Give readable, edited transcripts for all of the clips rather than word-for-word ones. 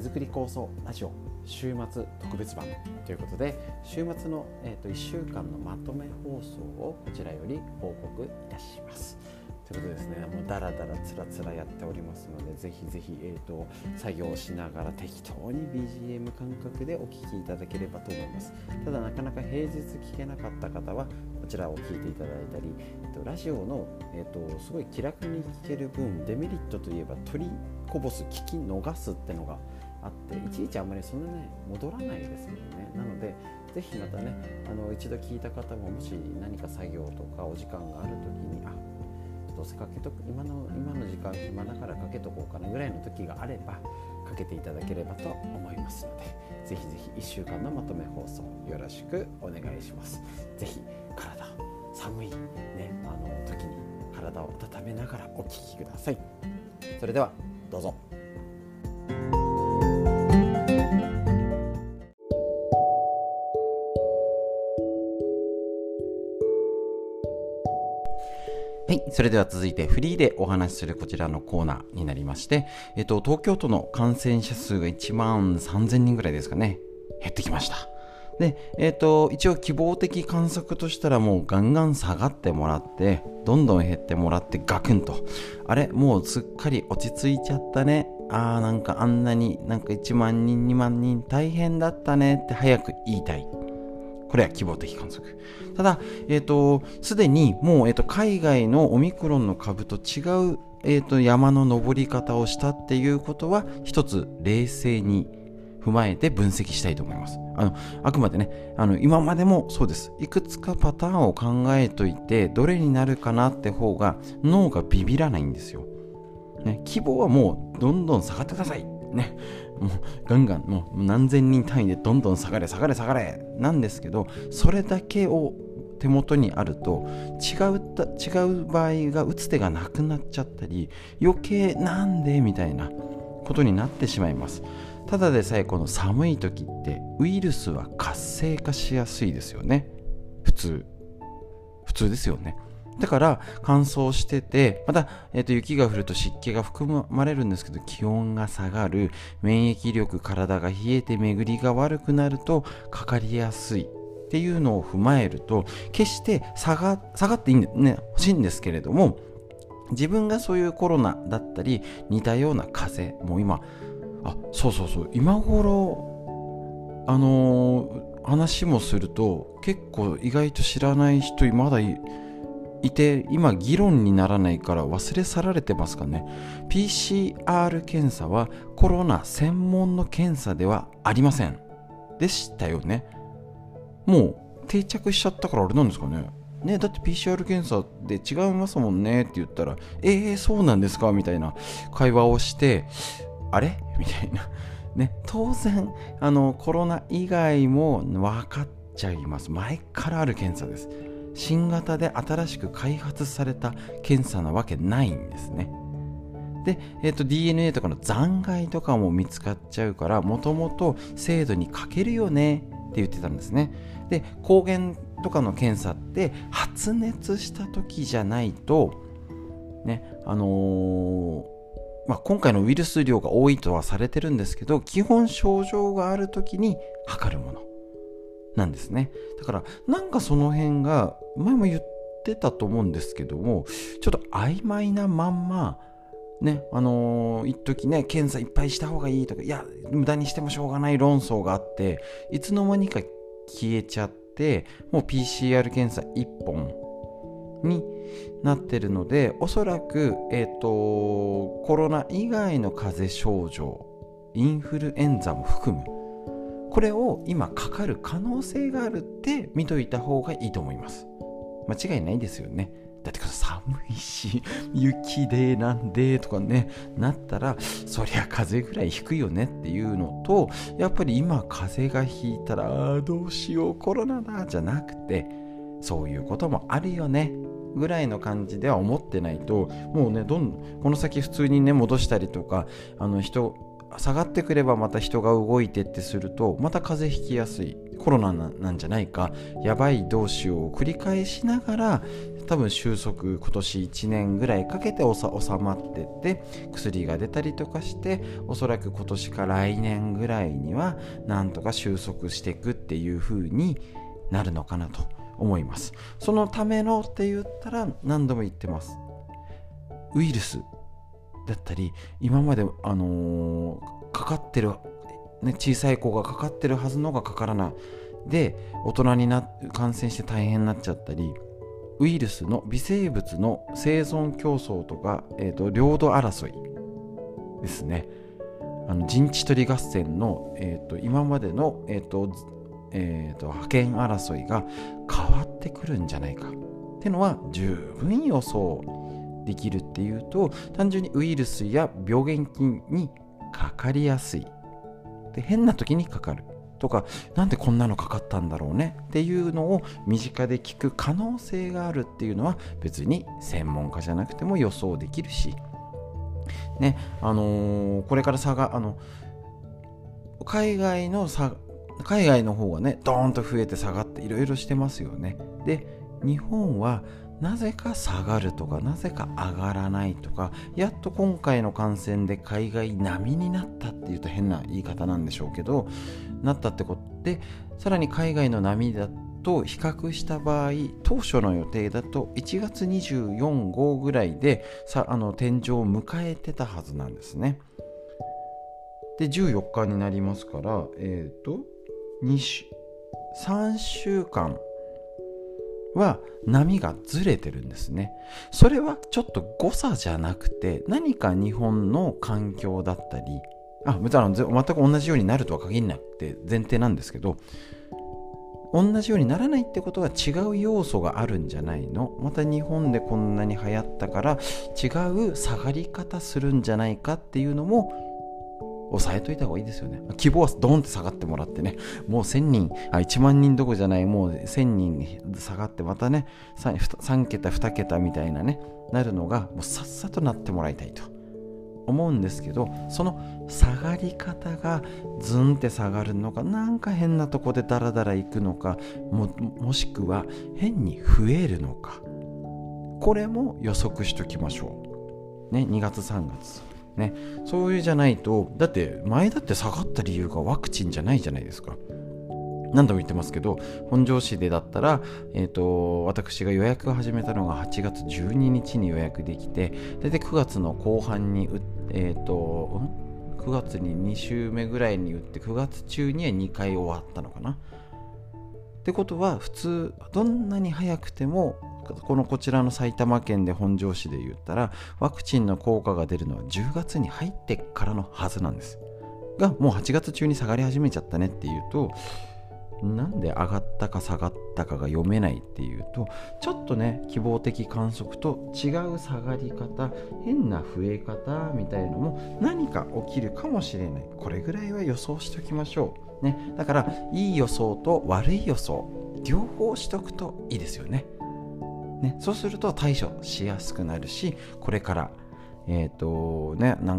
手作り構想ラジオ週末特別版ということで、週末の、1週間のまとめ放送をこちらより報告いたします。ということでですね、もうダラダラつらつらやっておりますので、ぜひぜひ、作業しながら適当に BGM 感覚でお聞きいただければと思います。ただなかなか平日聞けなかった方はこちらを聞いていただいたり、ラジオの、すごい気楽に聞ける分、デメリットといえば取りこぼす、聞き逃すってのがあって、いちいちあんまりそんなね戻らないですよね。なのでぜひまたね、一度聞いた方ももし何か作業とかお時間がある時に、どうせかけとく、今の時間暇だからかけとこうかなぐらいの時があればかけていただければと思いますので、ぜひぜひ1週間のまとめ放送よろしくお願いします。ぜひ体寒い、ね、時に体を温めながらお聞きください。それではどうぞ。はい、それでは続いてフリーでお話しするこちらのコーナーになりまして、東京都の感染者数が1万3000人ぐらいですかね、減ってきました。で、一応希望的観測としたら、もうガンガン下がってもらって、どんどん減ってもらってガクンと、あれもうすっかり落ち着いちゃったね、なんかあんなになんか1万人2万人大変だったねって早く言いたい。これは希望的観測。ただ、すでにもう、海外のオミクロンの株と違う、山の登り方をしたっていうことは、一つ冷静に踏まえて分析したいと思います。あくまでね、今までもそうです。いくつかパターンを考えといて、どれになるかなって方が脳がビビらないんですよ。ね、希望はもうどんどん下がってください。ね、もうガンガンもう何千人単位でどんどん下がれなんですけど、それだけを手元にあると違う場合が打つ手がなくなっちゃったり、余計なんでみたいなことになってしまいます。ただでさえこの寒い時ってウイルスは活性化しやすいですよね。普通ですよね。だから乾燥してて、また、雪が降ると湿気が含まれるんですけど、気温が下がる、免疫力、体が冷えて巡りが悪くなるとかかりやすいっていうのを踏まえると、決して下がっていいんでね、欲しいんですけれども、自分がそういうコロナだったり似たような風邪、もう今今頃話もすると結構意外と知らない人まだいて、今議論にならないから忘れ去られてますかね。 PCR 検査はコロナ専門の検査ではありませんでしたよね。もう定着しちゃったからあれなんですかね。だって PCR 検査で違いますもんねって言ったら、そうなんですかみたいな会話をして、あれみたいなね。当然コロナ以外も分かっちゃいます。前からある検査です。新型で新しく開発された検査なわけないんですね。で、DNA とかの残骸とかも見つかっちゃうから、もともと精度に欠けるよねって言ってたんですね。で、抗原とかの検査って発熱した時じゃないとね、今回のウイルス量が多いとはされてるんですけど、基本症状がある時に測るものなんですね。だからなんかその辺が前も言ってたと思うんですけども、ちょっと曖昧なまんまね、一時ね、検査いっぱいした方がいいとか、いや無駄にしてもしょうがない論争があって、いつの間にか消えちゃって、もう PCR 検査1本になってるので、おそらく、コロナ以外の風邪症状、インフルエンザも含む、これを今かかる可能性があるって見といた方がいいと思います。間違いないですよね。だって寒いし雪でなんでとかねなったら、そりゃ風邪ぐらいひくよねっていうのと、やっぱり今風邪がひいたらどうしようコロナだじゃなくて、そういうこともあるよねぐらいの感じでは思ってないと、もうねこの先普通にね戻したりとか、人下がってくればまた人が動いてってすると、また風邪ひきやすい、コロナなんじゃないか、やばいどうしようを繰り返しながら多分収束、今年1年ぐらいかけて収まってって薬が出たりとかして、おそらく今年か来年ぐらいにはなんとか収束していくっていう風になるのかなと思います。そのためのって言ったら何度も言ってます、ウイルスだったり今まで、かかってる、ね、小さい子がかかってるはずのがかからないで大人に感染して大変になっちゃったり、ウイルスの微生物の生存競争とか、領土争いですね。陣地取り合戦の、今までの、覇権争いが変わってくるんじゃないかっていうのは十分予想できるっていうと、単純にウイルスや病原菌にかかりやすいで、変な時にかかるとか、なんでこんなのかかったんだろうねっていうのを身近で聞く可能性があるっていうのは別に専門家じゃなくても予想できるしね。これから海外の方がねドーンと増えて下がっていろいろしてますよね。で日本はなぜか下がるとか、なぜか上がらないとか、やっと今回の感染で海外並みになったっていうと変な言い方なんでしょうけど、なったってことで、さらに海外の波だと比較した場合、当初の予定だと1月24号ぐらいで天井を迎えてたはずなんですね。で14日になりますから、3週間は波がずれてるんですね。それはちょっと誤差じゃなくて、何か日本の環境だったり、別に全く同じようになるとは限らなくて前提なんですけど、同じようにならないってことは違う要素があるんじゃないの、また日本でこんなに流行ったから違う下がり方するんじゃないかっていうのも抑えといた方がいいですよね。希望はドンって下がってもらってね、もう1000人1万人どころじゃない、もう1000人に下がってまたね 3桁2桁みたいなねなるのがもうさっさとなってもらいたいと思うんですけど、その下がり方がズンって下がるのか、なんか変なとこでダラダラいくのか、もしくは変に増えるのか、これも予測しときましょうね。2月3月ね、そういうじゃないと、だって前だって下がった理由がワクチンじゃないじゃないですか。何度も言ってますけど、本庄市でだったら、私が予約を始めたのが8月12日に予約できて、大体9月の後半に9月に2週目ぐらいに打って9月中には2回終わったのかなってことは、普通どんなに早くてもこちらの埼玉県で本庄市で言ったらワクチンの効果が出るのは10月に入ってからのはずなんですが、もう8月中に下がり始めちゃったねっていうと、なんで上がったか下がったかが読めないっていうと、ちょっとね希望的観測と違う下がり方、変な増え方みたいのも何か起きるかもしれない。これぐらいは予想しておきましょうね。だからいい予想と悪い予想両方しとくといいですよね。そうすると対処しやすくなるし、これからどん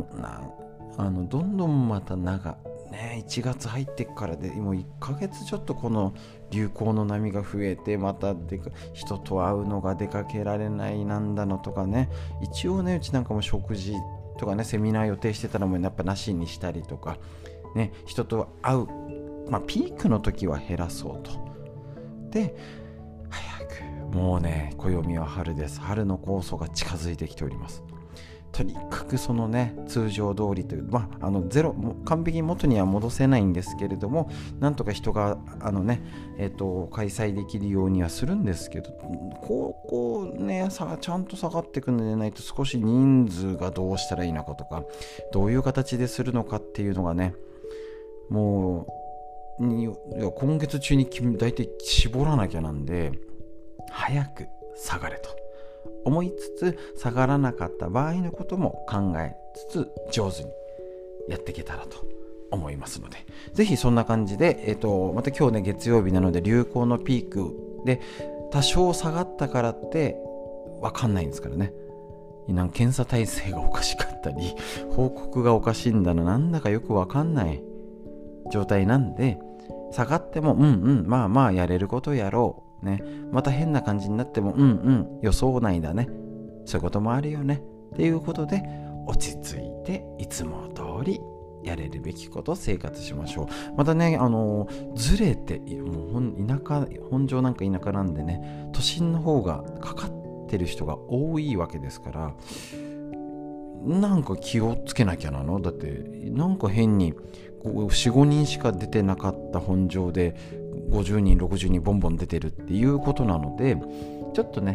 どんまた1月入ってからでもう1ヶ月ちょっとこの流行の波が増えて、また人と会うのが出かけられないなんだのとかね、一応ねうちなんかも食事とかねセミナー予定してたのもやっぱなしにしたりとかね、人と会う、ピークの時は減らそうと。でもうね暦は春です。春の酵素が近づいてきております。とにかくそのね通常通りという完璧に元には戻せないんですけれども、なんとか人が開催できるようにはするんですけど、こうねちゃんと下がっていくのでないと、少し人数がどうしたらいいのかとか、どういう形でするのかっていうのがね、もう今月中に大体絞らなきゃなんで、早く下がれと思いつつ、下がらなかった場合のことも考えつつ上手にやっていけたらと思いますので、ぜひそんな感じで、また今日ね月曜日なので流行のピークで多少下がったからって分かんないんですからね。検査体制がおかしかったり報告がおかしいんだな、なんだかよく分かんない状態なんで、下がってもまあやれることやろう、 ね、また変な感じになっても予想内だね、そういうこともあるよねっていうことで落ち着いていつも通りやれるべきことを生活しましょう。またね、ずれてもう本庄なんか田舎なんでね、都心の方がかかってる人が多いわけですから、なんか気をつけなきゃなの。だってなんか変に 4,5 人しか出てなかった本庄で50人60人ボンボン出てるっていうことなので、ちょっとね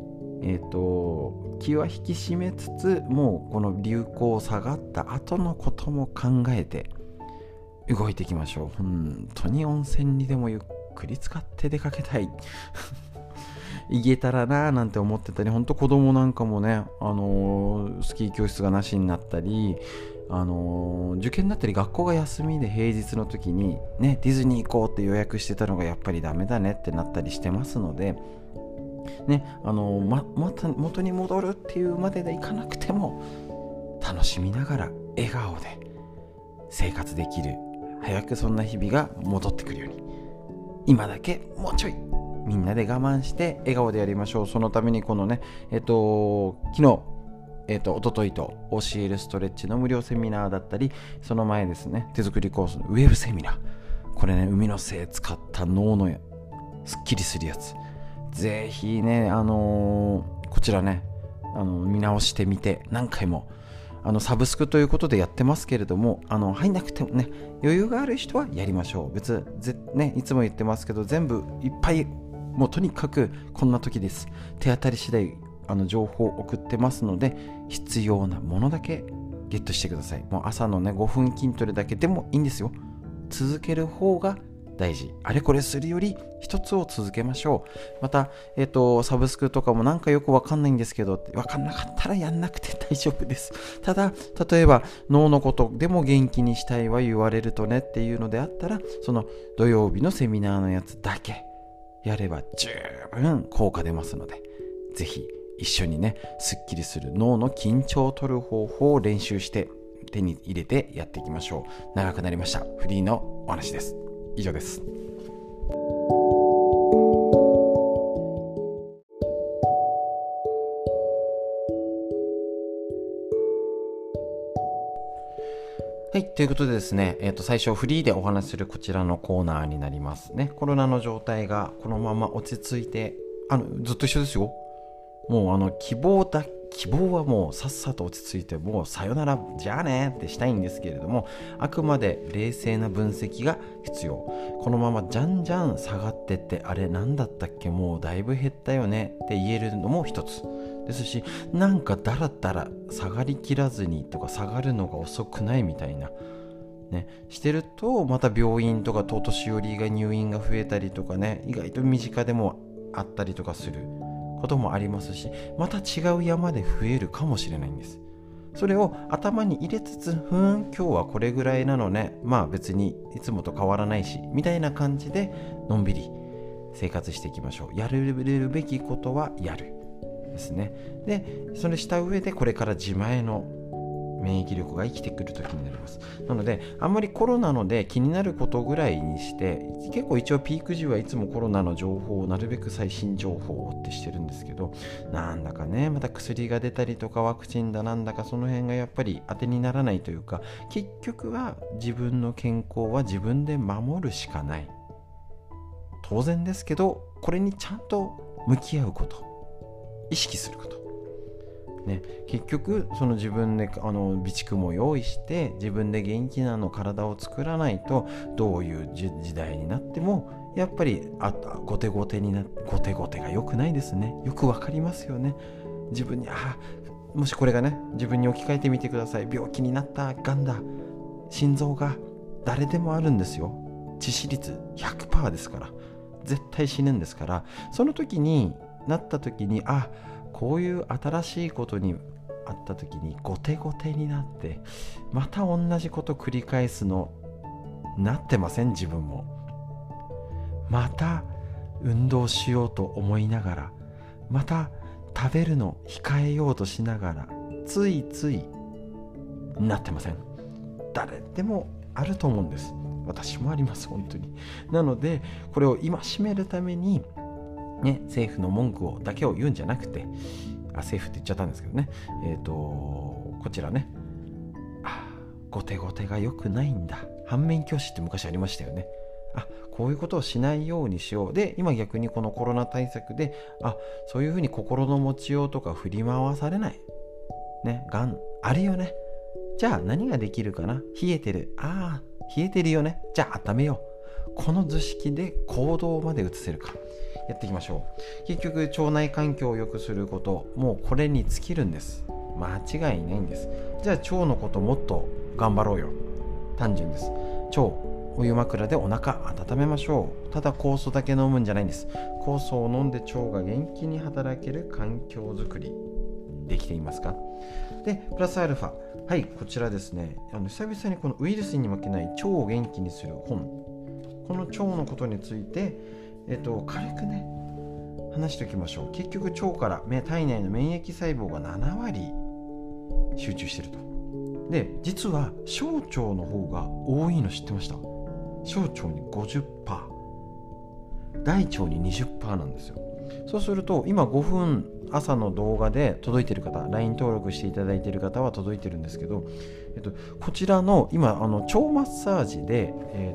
気は引き締めつつ、もうこの流行下がった後のことも考えて動いていきましょう。本当に温泉にでもゆっくり使って出かけたい行けたらなーなんて思ってたり、本当子供なんかもね、スキー教室がなしになったり、受験だったり学校が休みで平日の時にね、ディズニー行こうって予約してたのがやっぱりダメだねってなったりしてますのでね、また元に戻るっていうまででいかなくても楽しみながら笑顔で生活できる、早くそんな日々が戻ってくるように、今だけもうちょいみんなで我慢して笑顔でやりましょう。そのためにこのね、昨日一昨日と教えるストレッチの無料セミナーだったり、その前ですね、手作りコースのウェブセミナー、これね、海の精使った脳のすっきりするやつ、ぜひね、こちらね、見直してみて、何回もサブスクということでやってますけれども、入んなくてもね、余裕がある人はやりましょう。別ね、いつも言ってますけど、全部いっぱい、もうとにかくこんな時です、手当たり次第情報を送ってますので、必要なものだけゲットしてください。もう朝のね5分筋トレだけでもいいんですよ。続ける方が大事。あれこれするより一つを続けましょう。また、サブスクとかもなんかよくわかんないんですけど、わかんなかったらやんなくて大丈夫です。ただ、例えば脳のことでも元気にしたいは言われるとねっていうのであったら、その土曜日のセミナーのやつだけやれば十分効果出ますので、ぜひ一緒にね、すっきりする脳の緊張を取る方法を練習して手に入れてやっていきましょう。長くなりました。フリーのお話です。以上です。はい、ということでですね、最初フリーでお話しするこちらのコーナーになりますね。コロナの状態がこのまま落ち着いて、ずっと一緒ですよ。もう希望はもうさっさと落ち着いて、もうさよならじゃあねってしたいんですけれども、あくまで冷静な分析が必要。このままじゃんじゃん下がってって、あれなんだったっけ、もうだいぶ減ったよねって言えるのも一つですし、なんかだらだら下がりきらずにとか、下がるのが遅くないみたいなね、してると、また病院とかお年寄りが入院が増えたりとかね、意外と身近でもあったりとかすることもありますし、また違う山で増えるかもしれないんです。それを頭に入れつつ、今日はこれぐらいなのね、まあ別にいつもと変わらないしみたいな感じでのんびり生活していきましょう。やれるべきことはやるですね。で、それした上でこれから自前の免疫力が生きてくる時になります。なので、あんまりコロナので気になることぐらいにして、結構一応ピーク時はいつもコロナの情報をなるべく最新情報を追ってしてるんですけど、なんだかね、また薬が出たりとかワクチンだなんだか、その辺がやっぱり当てにならないというか、結局は自分の健康は自分で守るしかない。当然ですけど、これにちゃんと向き合うこと、意識することね、結局その自分で備蓄も用意して自分で元気な体を作らないと、どういう時代になってもやっぱりゴテゴテになって、ゴテゴテが良くないですね。よくわかりますよね。自分にもしこれがね、自分に置き換えてみてください。病気になった、がんだ、心臓が誰でもあるんですよ。致死率 100% ですから、絶対死ぬんですから、その時になった時にこういう新しいことにあった時にゴテゴテになってまた同じこと繰り返すのなってません？自分もまた運動しようと思いながら、また食べるの控えようとしながら、ついついなってません？誰でもあると思うんです。私もあります、本当に。なのでこれを戒めるためにね、政府の文句だけを言うんじゃなくて、政府って言っちゃったんですけどね、こちらね、後手後手が良くないんだ、反面教師って昔ありましたよね。こういうことをしないようにしよう。で、今逆にこのコロナ対策で、そういうふうに心の持ちようとか振り回されない。ね、がんあるよね。じゃあ何ができるかな。冷えてる。冷えてるよね。じゃあ温めよう。この図式で行動まで移せるか。やっていきましょう。結局、腸内環境を良くすること、もうこれに尽きるんです。間違いないんです。じゃあ腸のこともっと頑張ろうよ。単純です。腸、お湯枕でお腹温めましょう。ただ酵素だけ飲むんじゃないんです。酵素を飲んで腸が元気に働ける環境づくりできていますか。でプラスアルファ、こちらですね、久々にこのウイルスに負けない腸を元気にする本、この腸のことについて、軽くね話しておきましょう。結局腸から体内の免疫細胞が7割集中してると。で実は小腸の方が多いの知ってました？小腸に 50%、 大腸に 20% なんですよ。そうすると今5分朝の動画で届いている方、 LINE 登録していただいている方は届いてるんですけど、こちらの今腸マッサージで、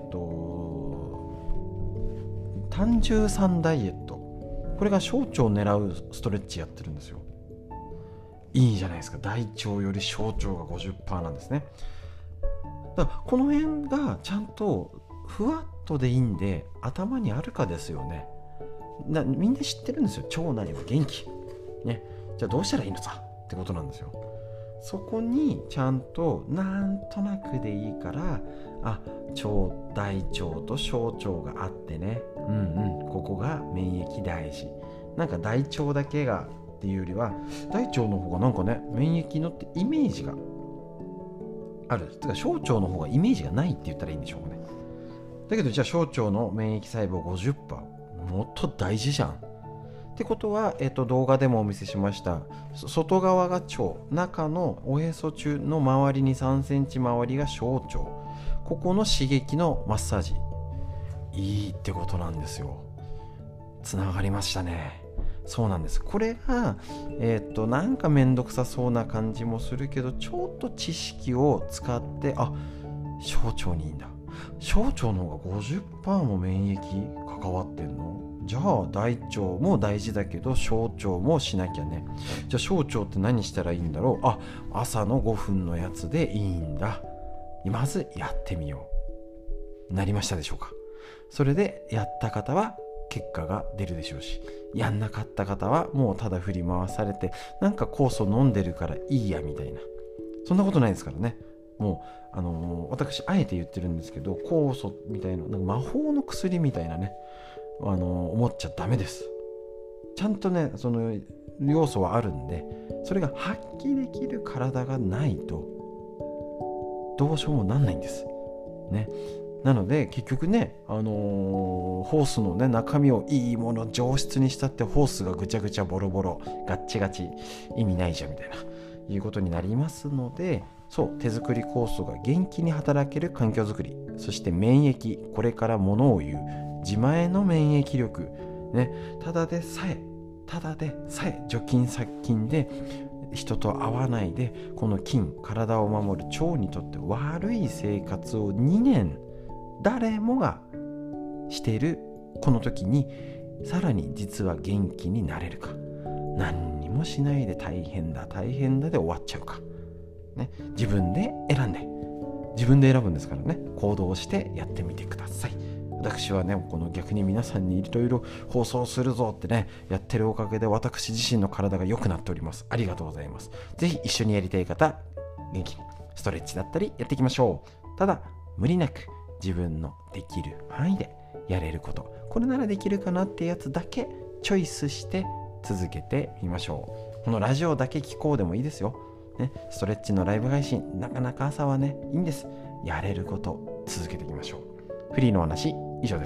単純酸ダイエット、これが小腸を狙うストレッチやってるんですよ。いいじゃないですか。大腸より小腸が 50% なんですね。だからこの辺がちゃんとふわっとでいいんで頭にあるかですよね。みんな知ってるんですよ。腸内は元気、ね、じゃあどうしたらいいのさってことなんですよ。そこにちゃんとなんとなくでいいから、大腸と小腸があってね、ここが免疫大事。なんか大腸だけがっていうよりは大腸の方がなんかね免疫のってイメージがある。てか小腸の方がイメージがないって言ったらいいんでしょうね。だけどじゃあ小腸の免疫細胞 50%、 もっと大事じゃんってことは、動画でもお見せしました外側が腸、中のおへそ中の周りに3センチ周りが小腸、ここの刺激のマッサージいいってことなんですよ。つながりましたね。そうなんです。これがなんかめんどくさそうな感じもするけど、ちょっと知識を使って小腸にいいんだ、小腸の方が 50% も免疫関わってんの、じゃあ大腸も大事だけど小腸もしなきゃね。じゃあ小腸って何したらいいんだろう。朝の5分のやつでいいんだ。まずやってみよう。なりましたでしょうか。それでやった方は結果が出るでしょうし、やんなかった方はもうただ振り回されて、なんか酵素飲んでるからいいやみたいな、そんなことないですからね。もう私あえて言ってるんですけど、酵素みたいな、なんか魔法の薬みたいなね、思っちゃダメです。ちゃんとねその要素はあるんで、それが発揮できる体がないとどうしようもなんないんですね。なので結局ね、ホースのね中身をいいもの上質にしたってホースがぐちゃぐちゃボロボロガッチガチ意味ないじゃんみたいないうことになりますので、そう手作り酵素が元気に働ける環境づくり、そして免疫、これからものを言う自前の免疫力ね、ただでさえ除菌殺菌で人と会わないでこの菌、体を守る腸にとって悪い生活を2年誰もがしているこの時に、さらに実は元気になれるか、何にもしないで大変だで終わっちゃうか、ね、自分で選ぶんですからね、行動してやってみてください。私はねこの逆に皆さんにいろいろ放送するぞってねやってるおかげで私自身の体が良くなっております。ありがとうございます。ぜひ一緒にやりたい方、元気にストレッチだったりやっていきましょう。ただ無理なく自分のできる範囲でやれること、これならできるかなってやつだけチョイスして続けてみましょう。このラジオだけ聞こうでもいいですよ、ね、ストレッチのライブ配信なかなか朝はねいいんです。やれること続けていきましょう。フリーのお話以上です。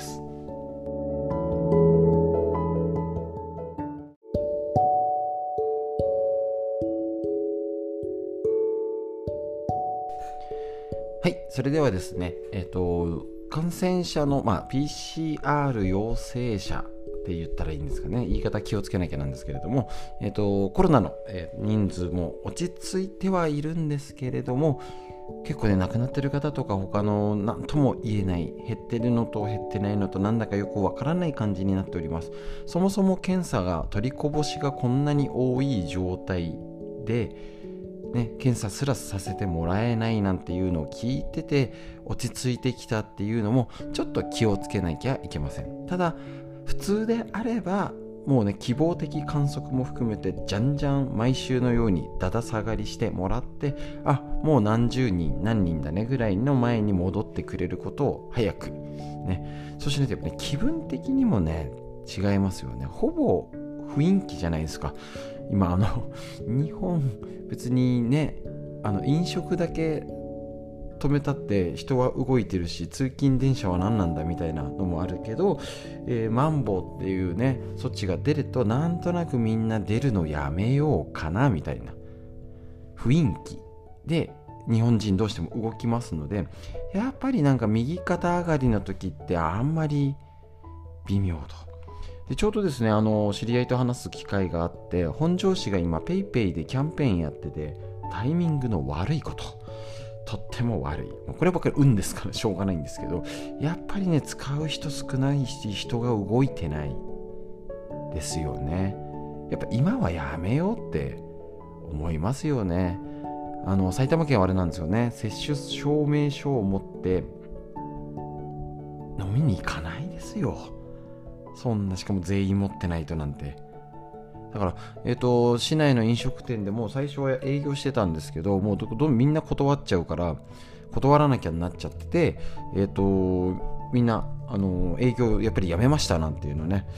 はい、それではですね、感染者の、PCR 陽性者っって言ったらいいんですかね、言い方気をつけなきゃなんですけれども、コロナの、人数も落ち着いてはいるんですけれども、結構ね亡くなってる方とか他の何とも言えない、減ってるのと減ってないのとなんだかよくわからない感じになっております。そもそも検査が取りこぼしがこんなに多い状態で、検査すらさせてもらえないなんていうのを聞いてて落ち着いてきたっていうのもちょっと気をつけなきゃいけません。ただ普通であればもうね希望的観測も含めてじゃんじゃん毎週のようにだだ下がりしてもらって、もう何十人何人だねぐらいの前に戻ってくれることを早くそうしないとやっぱり気分的にもね違いますよね。ほぼ雰囲気じゃないですか今日本別にね飲食だけ止めたって人は動いてるし通勤電車は何なんだみたいなのもあるけど、マンボウっていうね措置が出るとなんとなくみんな出るのやめようかなみたいな雰囲気で日本人どうしても動きますので、やっぱりなんか右肩上がりの時ってあんまり微妙と。でちょうどですね知り合いと話す機会があって、本庄市が今ペイペイでキャンペーンやっててタイミングの悪いこと、とっても悪い、こればっかり運ですからしょうがないんですけど、やっぱりね使う人少ないし人が動いてないですよね。やっぱ今はやめようって思いますよね。埼玉県はあれなんですよね、接種証明書を持って飲みに行かないですよ。そんなしかも全員持ってないとなんて。だから、市内の飲食店でも最初は営業してたんですけど、もうみんな断っちゃうから断らなきゃになっちゃってて、みんな営業やっぱりやめましたなんていうのね、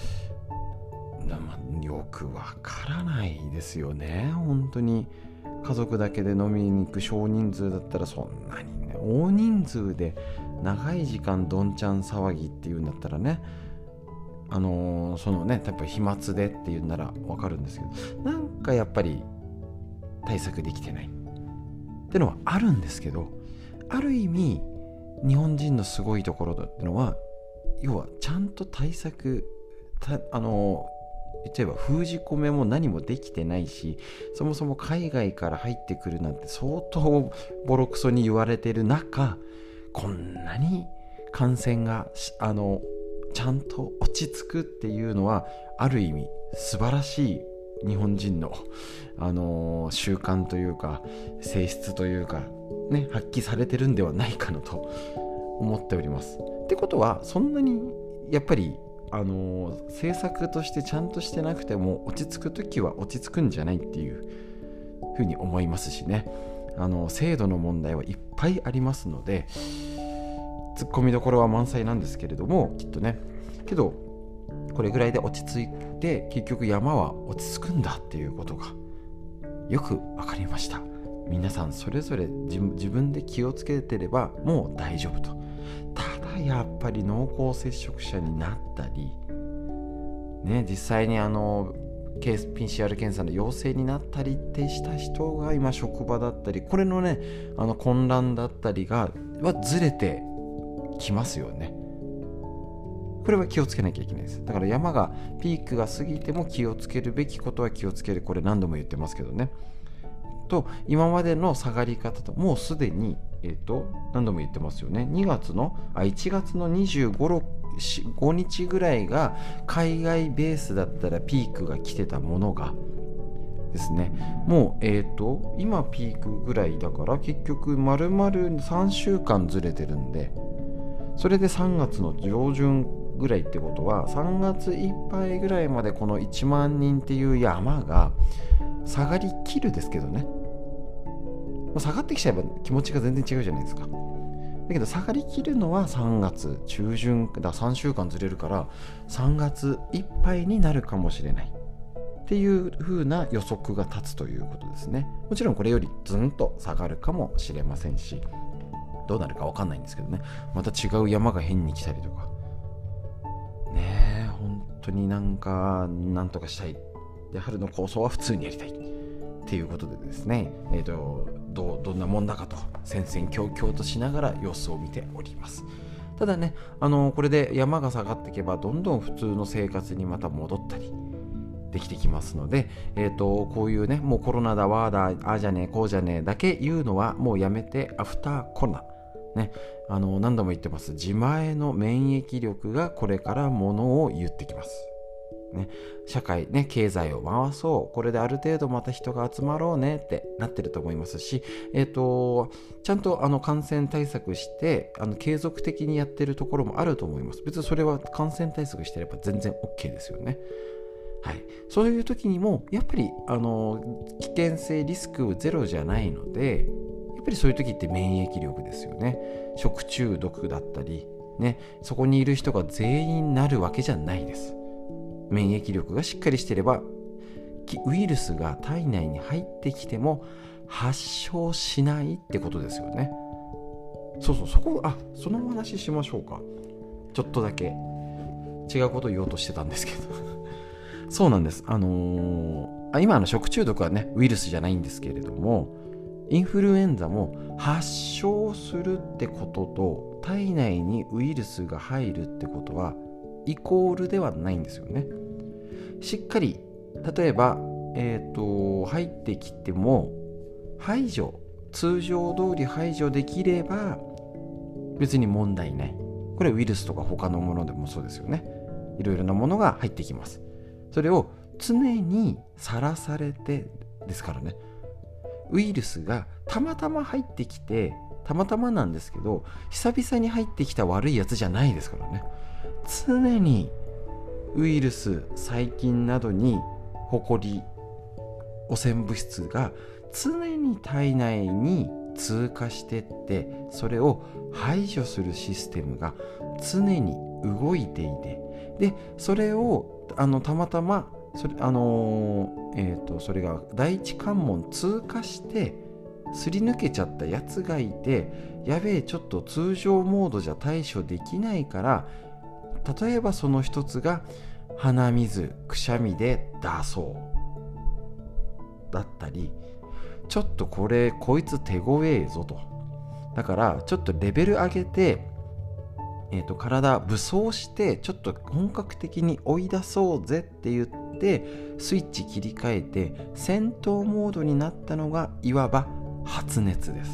よくわからないですよね。本当に家族だけで飲みに行く少人数だったらそんなにね、大人数で長い時間どんちゃん騒ぎっていうんだったらね、そのねやっぱ飛沫でっていうんならわかるんですけど、なんかやっぱり対策できてないってのはあるんですけど、ある意味日本人のすごいところだってのは、要はちゃんと対策言っちゃえば封じ込めも何もできてないし、そもそも海外から入ってくるなんて相当ボロクソに言われてる中、こんなに感染がちゃんと落ち着くっていうのはある意味素晴らしい日本人の、習慣というか性質というかね発揮されてるんではないかなと思っております。ってことはそんなにやっぱり政策としてちゃんとしてなくても落ち着くときは落ち着くんじゃないっていうふうに思いますしね、制度の問題はいっぱいありますので突っ込みどころは満載なんですけれども、きっとねけどこれぐらいで落ち着いて結局山は落ち着くんだっていうことがよく分かりました。皆さんそれぞれ自分で気をつけてればもう大丈夫と。ただやっぱり濃厚接触者になったりね、実際にPCR 検査の陽性になったりってした人が今職場だったり、これのね混乱だったりはずれてきますよね。これは気をつけなきゃいけないです。だから山がピークが過ぎても気をつけるべきことは気をつける。これ何度も言ってますけどね。と今までの下がり方ともうすでに何度も言ってますよね。1月の25日ぐらいが海外ベースだったらピークが来てたものがですね、もう今ピークぐらいだから結局丸々3週間ずれてるんで、それで3月の上旬ぐらいってことは3月いっぱいぐらいまでこの1万人っていう山が下がりきるですけどね、下がってきちゃえば気持ちが全然違うじゃないですか。だけど下がりきるのは3月中旬だ、3週間ずれるから3月いっぱいになるかもしれないっていう風な予測が立つということですね。もちろんこれよりずんと下がるかもしれませんし、どうなるか分かんないんですけどね、また違う山が変に来たりとかね、本当になんとかしたいで、春の構想は普通にやりたいっていうことでですね、どんなもんだかと戦々恐々としながら様子を見ております。 ただね、これで山が下がっていけばどんどん普通の生活にまた戻ったりできてきますので、こういうね、もうコロナだわーだああじゃねえこうじゃねえだけ言うのはもうやめて、アフターコロナね、何度も言ってます、自前の免疫力がこれからものを言ってきますね。社会ね、経済を回そう、これである程度また人が集まろうねってなってると思いますし、ちゃんと感染対策して継続的にやってるところもあると思います。別にそれは感染対策してれば全然 OK ですよね。はい、そういう時にもやっぱり危険性リスクゼロじゃないので、やっぱりそういう時って免疫力ですよね。食中毒だったりね、そこにいる人が全員なるわけじゃないです。免疫力がしっかりしていれば、ウイルスが体内に入ってきても発症しないってことですよね。そのお話ししましょうか。ちょっとだけ違うことを言おうとしてたんですけどそうなんです。今食中毒はねウイルスじゃないんですけれども、インフルエンザも発症するってことと体内にウイルスが入るってことはイコールではないんですよね。しっかり例えば、入ってきても通常通り排除できれば別に問題ない。これウイルスとか他のものでもそうですよね。いろいろなものが入ってきます。それを常にさらされてですからね。ウイルスがたまたま入ってきて、たまたまなんですけど久々に入ってきた悪いやつじゃないですからね。常にウイルス、細菌などにホコリ、汚染物質が常に体内に通過してって、それを排除するシステムが常に動いていて、でそれをたまたまそれが第一関門通過してすり抜けちゃったやつがいて、やべえちょっと通常モードじゃ対処できないから、例えばその一つが鼻水、くしゃみで出そうだったり、ちょっとこいつ手強えぞと、だからちょっとレベル上げて、体武装してちょっと本格的に追い出そうぜって言ってスイッチ切り替えて戦闘モードになったのがいわば発熱です。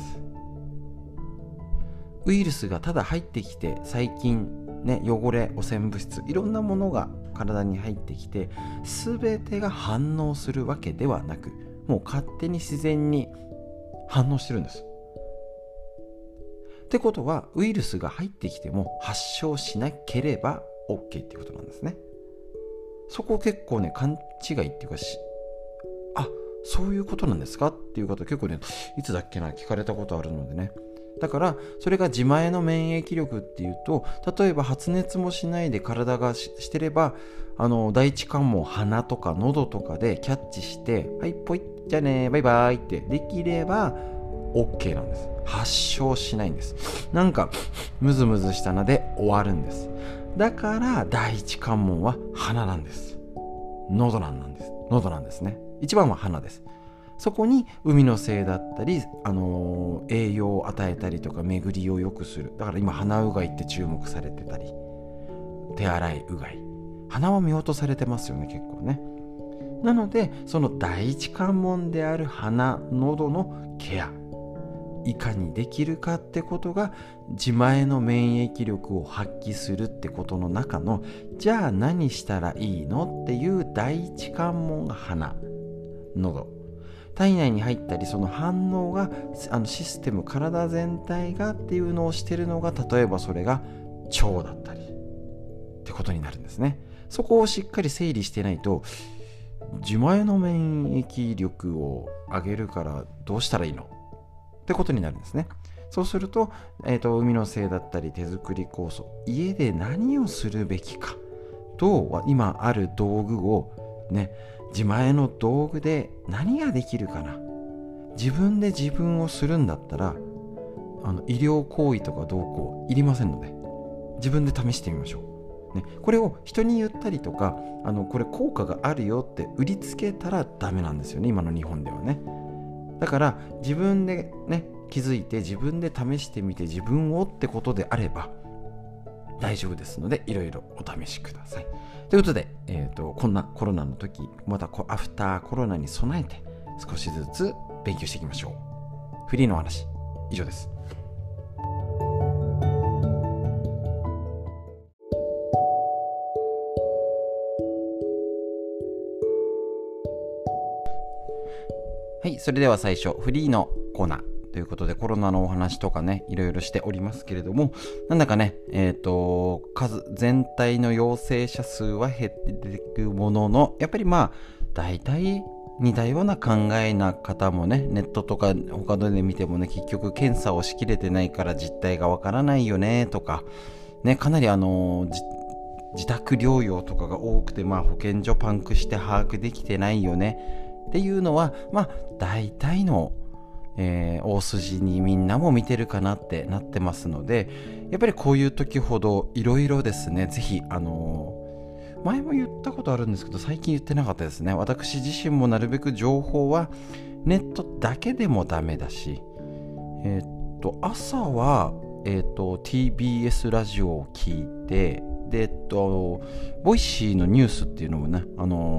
ウイルスがただ入ってきて、細菌、ね、汚れ、汚染物質、いろんなものが体に入ってきて全てが反応するわけではなく、もう勝手に自然に反応してるんです。ってことはウイルスが入ってきても発症しなければ OK っていうことなんですね。そこ結構ね勘違いっていうかそういうことなんですかっていう方結構ね、いつだっけな聞かれたことあるのでね。だからそれが自前の免疫力っていうと、例えば発熱もしないで体がしてれば第一関門、鼻とか喉とかでキャッチして、はいポイッじゃあねバイバイってできれば OK なんです。発症しないんです。なんかムズムズしたので終わるんです。だから第一関門は鼻なんです。喉なんですね。一番は鼻です。そこに海の精だったり、栄養を与えたりとか巡りを良くする。だから今鼻うがいって注目されてたり、手洗いうがい、鼻は見落とされてますよね結構ね。なのでその第一関門である鼻、喉のケアいかにできるかってことが自前の免疫力を発揮するってことの中の、じゃあ何したらいいのっていう第一関門が鼻、喉、体内に入ったりその反応がシステム、体全体がっていうのをしてるのが、例えばそれが腸だったりってことになるんですね。そこをしっかり整理してないと、自前の免疫力を上げるからどうしたらいいのってことになるんですね。そうすると、海の精だったり手作り酵素、家で何をするべきかと、今ある道具をね、自前の道具で何ができるかな。自分で自分をするんだったら医療行為とかどうこういりませんので、自分で試してみましょう、ね、これを人に言ったりとかこれ効果があるよって売りつけたらダメなんですよね、今の日本ではね。だから自分でね気づいて自分で試してみて自分をってことであれば大丈夫ですので、いろいろお試しください。ということで、こんなコロナの時、またアフターコロナに備えて少しずつ勉強していきましょう。フリーの話、以上です。はい、それでは最初、フリーのコーナーということで、コロナのお話とかね、いろいろしておりますけれども、なんだかね、全体の陽性者数は減っていくものの、やっぱり大体似たような考えな方もね、ネットとか他ので見てもね、結局検査をしきれてないから実態がわからないよねとか、ね、かなり自宅療養とかが多くて、保健所パンクして把握できてないよねっていうのは、大体の、大筋にみんなも見てるかなってなってますので、やっぱりこういう時ほどいろいろですね、ぜひ前も言ったことあるんですけど、最近言ってなかったですね。私自身もなるべく情報はネットだけでもダメだし、朝は、TBS ラジオを聞いて、で、ボイシーのニュースっていうのもね、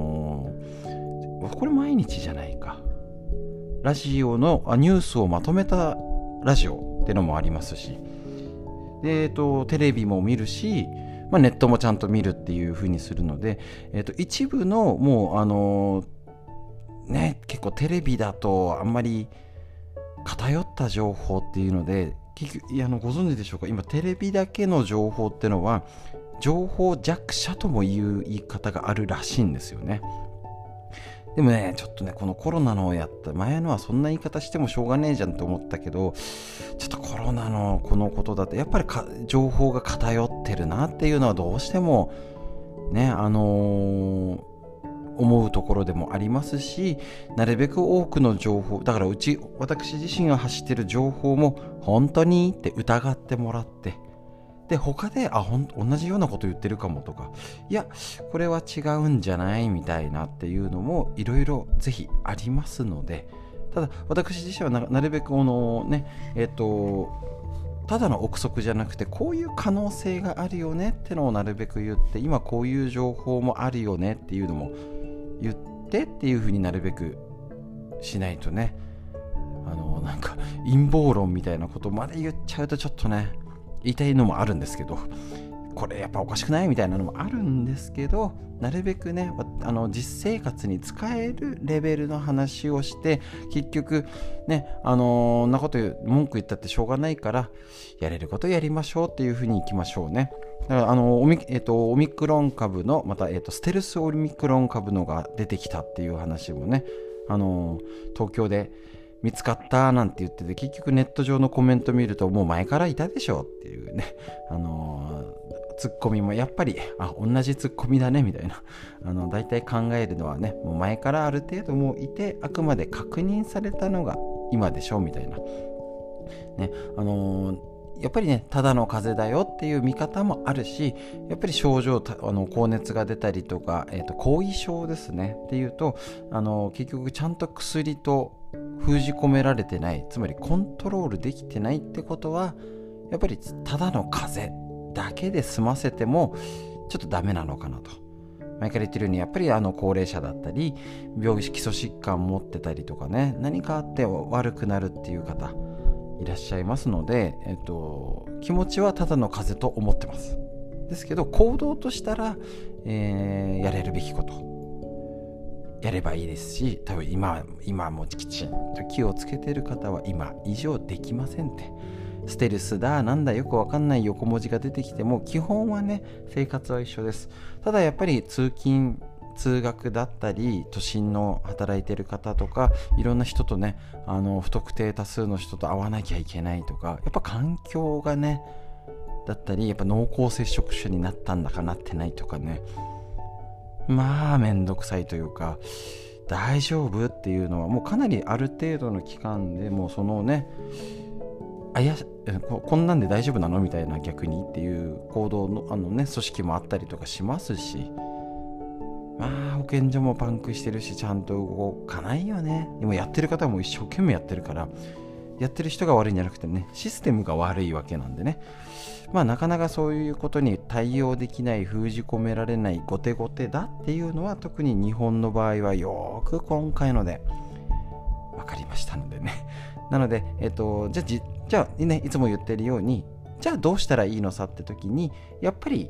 これ毎日じゃないか。ラジオのニュースをまとめたラジオってのもありますし、で、テレビも見るし、ネットもちゃんと見るっていう風にするので、一部のもう結構テレビだとあんまり偏った情報っていうので、結局ご存知でしょうか、今テレビだけの情報ってのは情報弱者ともいう言い方があるらしいんですよね。でもね、ちょっとね、このコロナのやった前のはそんな言い方してもしょうがねえじゃんと思ったけど、ちょっとコロナのこのことだとやっぱり情報が偏ってるなっていうのはどうしてもね、思うところでもありますし、なるべく多くの情報だから、私自身が発してる情報も本当にって疑ってもらって、で他で同じようなこと言ってるかもとか、いやこれは違うんじゃないみたいなっていうのもいろいろぜひありますので、ただ私自身はなるべくただの憶測じゃなくて、こういう可能性があるよねってのをなるべく言って、今こういう情報もあるよねっていうのも言ってっていう風になるべくしないとね、なんか陰謀論みたいなことまで言っちゃうとちょっとね、言いたいのもあるんですけど、これやっぱおかしくないみたいなのもあるんですけど、なるべくね、実生活に使えるレベルの話をして、結局ね、んなこと文句言ったってしょうがないから、やれることやりましょうっていう風にいきましょうね。だからオミクロン株のまた、ステルスオミクロン株のが出てきたっていう話もね、東京で見つかったなんて言ってて、結局ネット上のコメント見るともう前からいたでしょっていうね、ツッコミもやっぱり同じツッコミだねみたいな、大体考えるのはね、もう前からある程度もういて、あくまで確認されたのが今でしょみたいなね、やっぱりね、ただの風邪だよっていう見方もあるし、やっぱり症状高熱が出たりとか、後遺症ですねっていうと、結局ちゃんと薬と封じ込められてない、つまりコントロールできてないってことは、やっぱりただの風邪だけで済ませてもちょっとダメなのかなと。前から言ってるように、やっぱり高齢者だったり基礎疾患持ってたりとかね、何かあって悪くなるっていう方いらっしゃいますので、気持ちはただの風邪と思ってます。ですけど行動としたら、やれるべきことやればいいですし、多分今もきちんと気をつけてる方は今以上できませんって。ステルスだなんだよくわかんない横文字が出てきても、基本はね、生活は一緒です。ただやっぱり通勤通学だったり、都心の働いてる方とか、いろんな人とね、不特定多数の人と会わなきゃいけないとか、やっぱ環境がねだったり、やっぱ濃厚接触者になったんだかなってないとかね、めんどくさいというか、大丈夫っていうのはもうかなりある程度の期間でもうそのね、こんなんで大丈夫なのみたいな、逆にっていう行動の組織もあったりとかしますし、保健所もパンクしてるし、ちゃんと動かないよね。でもやってる方も一生懸命やってるから、 やってる人が悪いんじゃなくてね、システムが悪いわけなんでね。なかなかそういうことに対応できない、封じ込められない、後手後手だっていうのは、特に日本の場合はよく今回ので分かりましたのでね。なので、じゃあね、いつも言ってるように、じゃあどうしたらいいのさって時に、やっぱり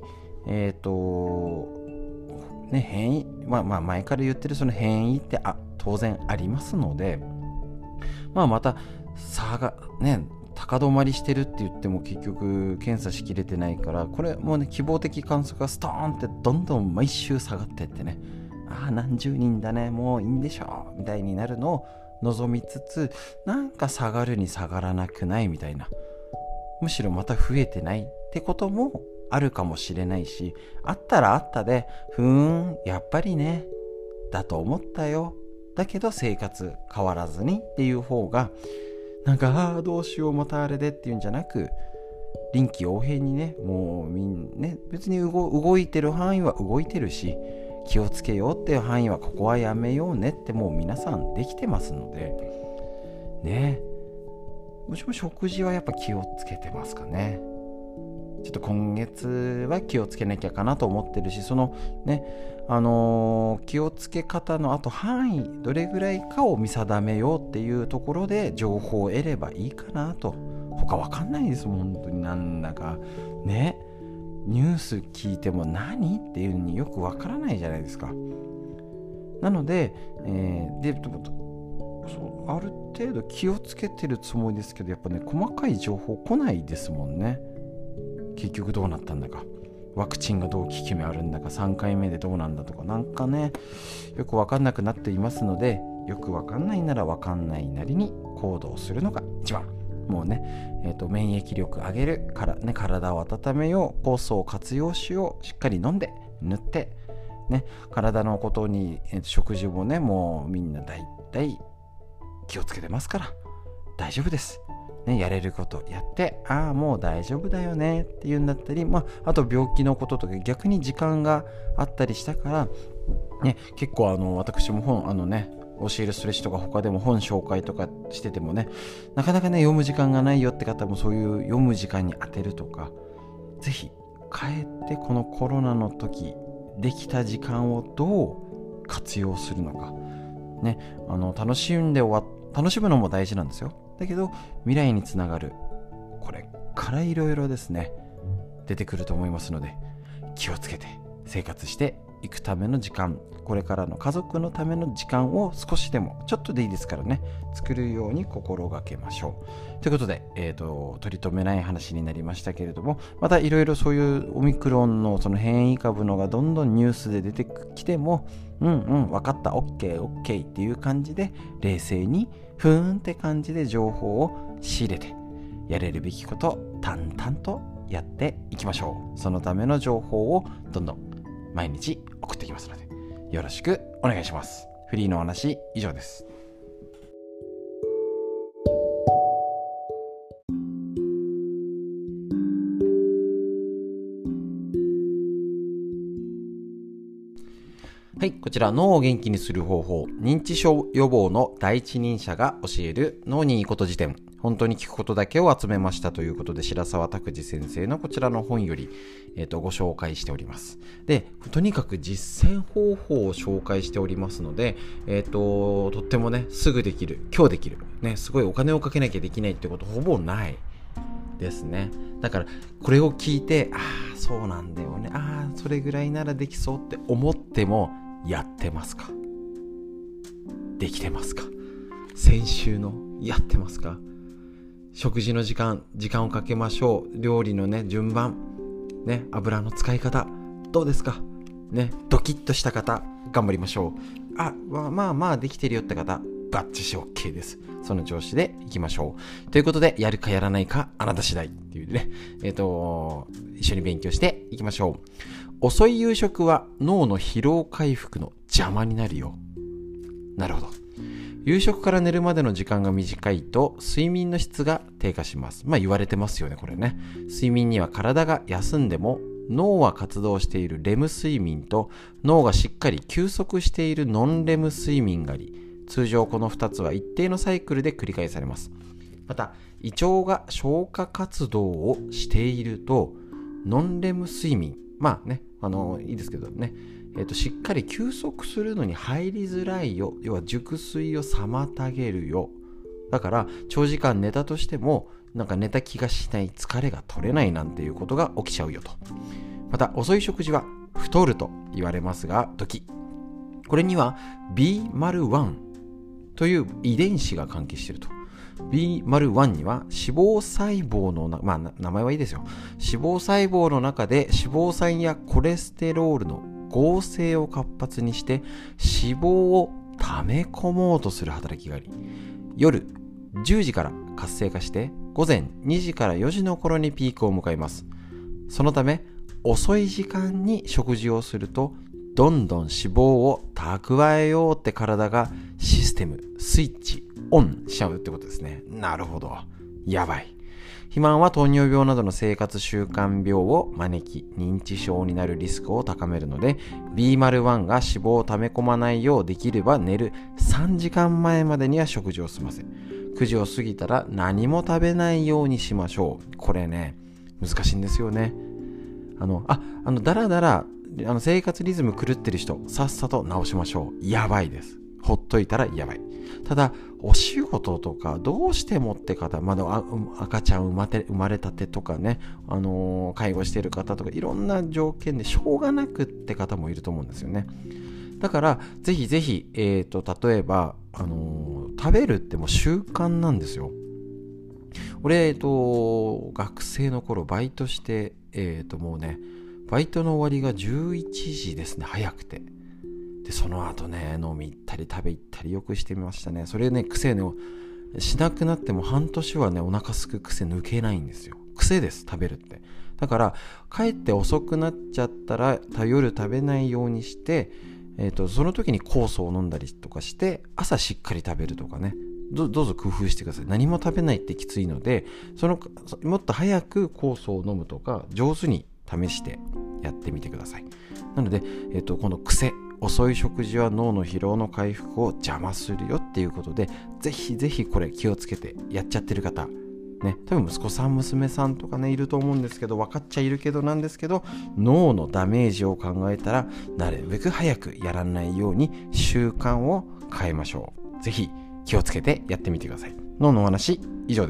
変異、前から言ってるその変異って当然ありますので、また差がね高止まりしてるって言っても結局検査しきれてないから、これもうね希望的観測がストーンってどんどん毎週下がってってね、何十人だね、もういいんでしょみたいになるのを望みつつ、なんか下がるに下がらなくないみたいな、むしろまた増えてないってこともあるかもしれないし、あったらあったでやっぱりねだと思ったよ、だけど生活変わらずにっていう方が、なんかどうしようまたあれでっていうんじゃなく、臨機応変にね、もうみんなね、別に動いてる範囲は動いてるし、気をつけようっていう範囲はここはやめようねってもう皆さんできてますのでね。もしも食事はやっぱ気をつけてますかね。ちょっと今月は気をつけなきゃかなと思ってるし、そのね気をつけ方の範囲どれぐらいかを見定めようっていうところで情報を得ればいいかなと。他わかんないですもん本当に。なんだかね、ニュース聞いても何っていうのによくわからないじゃないですか。なので、そうある程度気をつけてるつもりですけど、やっぱね細かい情報来ないですもんね。結局どうなったんだか、ワクチンがどう効き目あるんだか、3回目でどうなんだとか、なんかねよく分かんなくなっていますので、よく分かんないなら分かんないなりに行動するのが一番。もうね、免疫力上げるからね、体を温めよう、酵素を活用しよう、しっかり飲んで塗ってね、体のことに、食事もねもうみんなだいたい気をつけてますから大丈夫ですね。やれることやって、もう大丈夫だよねっていうんだったり、あと病気のこととか逆に時間があったりしたからね、結構私も本教えるストレッチとか他でも本紹介とかしててもね、なかなかね読む時間がないよって方もそういう読む時間に当てるとか、ぜひ帰ってこのコロナの時できた時間をどう活用するのかね、楽しむのも大事なんですよ。だけど未来につながる、これからいろいろですね出てくると思いますので、気をつけて生活していくための時間、これからの家族のための時間を少しでもちょっとでいいですからね作るように心がけましょうということで、取り留めない話になりましたけれども、またいろいろそういうオミクロンのその変異株のがどんどんニュースで出てきても、分かった、OK っていう感じで冷静にふーんって感じで情報を仕入れて、やれるべきこと淡々とやっていきましょう。そのための情報をどんどん毎日送っていきますのでよろしくお願いします。フリーのお話以上です。はい、こちら脳を元気にする方法、認知症予防の第一人者が教える脳にいいこと辞典、本当に聞くことだけを集めましたということで、白沢拓司先生のこちらの本より、ご紹介しております。で、とにかく実践方法を紹介しておりますので、とってもねすぐできる、今日できるね、すごいお金をかけなきゃできないってことほぼないですね。だからこれを聞いて、そうなんだよね、それぐらいならできそうって思っても、やってますか？できてますか？先週のやってますか？食事の時間をかけましょう。料理のね順番ね、油の使い方どうですかね。ドキッとした方頑張りましょう。まあできてるよって方バッチシ OK です。その調子でいきましょうということで、やるかやらないかあなた次第っていうね、一緒に勉強していきましょう。遅い夕食は脳の疲労回復の邪魔になるよ。なるほど。夕食から寝るまでの時間が短いと睡眠の質が低下します。言われてますよね、これね。睡眠には体が休んでも脳は活動しているレム睡眠と脳がしっかり休息しているノンレム睡眠があり、通常この2つは一定のサイクルで繰り返されます。 また胃腸が消化活動をしているとノンレム睡眠、いいですけどね、しっかり休息するのに入りづらいよ。要は熟睡を妨げるよ。だから長時間寝たとしてもなんか寝た気がしない、疲れが取れないなんていうことが起きちゃうよと。また遅い食事は太ると言われますが、これには B○1 という遺伝子が関係していると。B○1 には脂肪細胞の名前はいいですよ。脂肪細胞の中で脂肪酸やコレステロールの合成を活発にして脂肪を溜め込もうとする働きがあり、夜10時から活性化して午前2時から4時の頃にピークを迎えます。そのため遅い時間に食事をするとどんどん脂肪を蓄えようって体がシステムスイッチオンしちゃうってことですね。なるほど、やばい。肥満は糖尿病などの生活習慣病を招き認知症になるリスクを高めるので、 B○1 が脂肪を溜め込まないようできれば寝る3時間前までには食事を済ませ、9時を過ぎたら何も食べないようにしましょう。これね難しいんですよね。だらだら生活リズム狂ってる人さっさと直しましょう。やばいです。ほっといたらやばい。ただお仕事とかどうしてもって方、まだ赤ちゃん生まれたてとかね、介護している方とかいろんな条件でしょうがなくって方もいると思うんですよね。だからぜひぜひ、例えば、食べるってもう習慣なんですよ。俺、学生の頃バイトして、もうねバイトの終わりが11時ですね、早くて。でその後ね飲み行ったり食べ行ったりよくしてみましたね。それね癖ねしなくなっても半年はねお腹すく癖抜けないんですよ。癖です、食べるって。だから帰って遅くなっちゃったら夜食べないようにして、その時に酵素を飲んだりとかして朝しっかり食べるとかね、どうぞ工夫してください。何も食べないってきついのでもっと早く酵素を飲むとか上手に試してやってみてください。なので、この癖、遅い食事は脳の疲労の回復を邪魔するよっていうことで、ぜひぜひこれ気をつけてやっちゃってる方ね、多分息子さん娘さんとかねいると思うんですけど、分かっちゃいるけどなんですけど、脳のダメージを考えたらなるべく早くやらないように習慣を変えましょう。ぜひ気をつけてやってみてください。脳のお話以上です。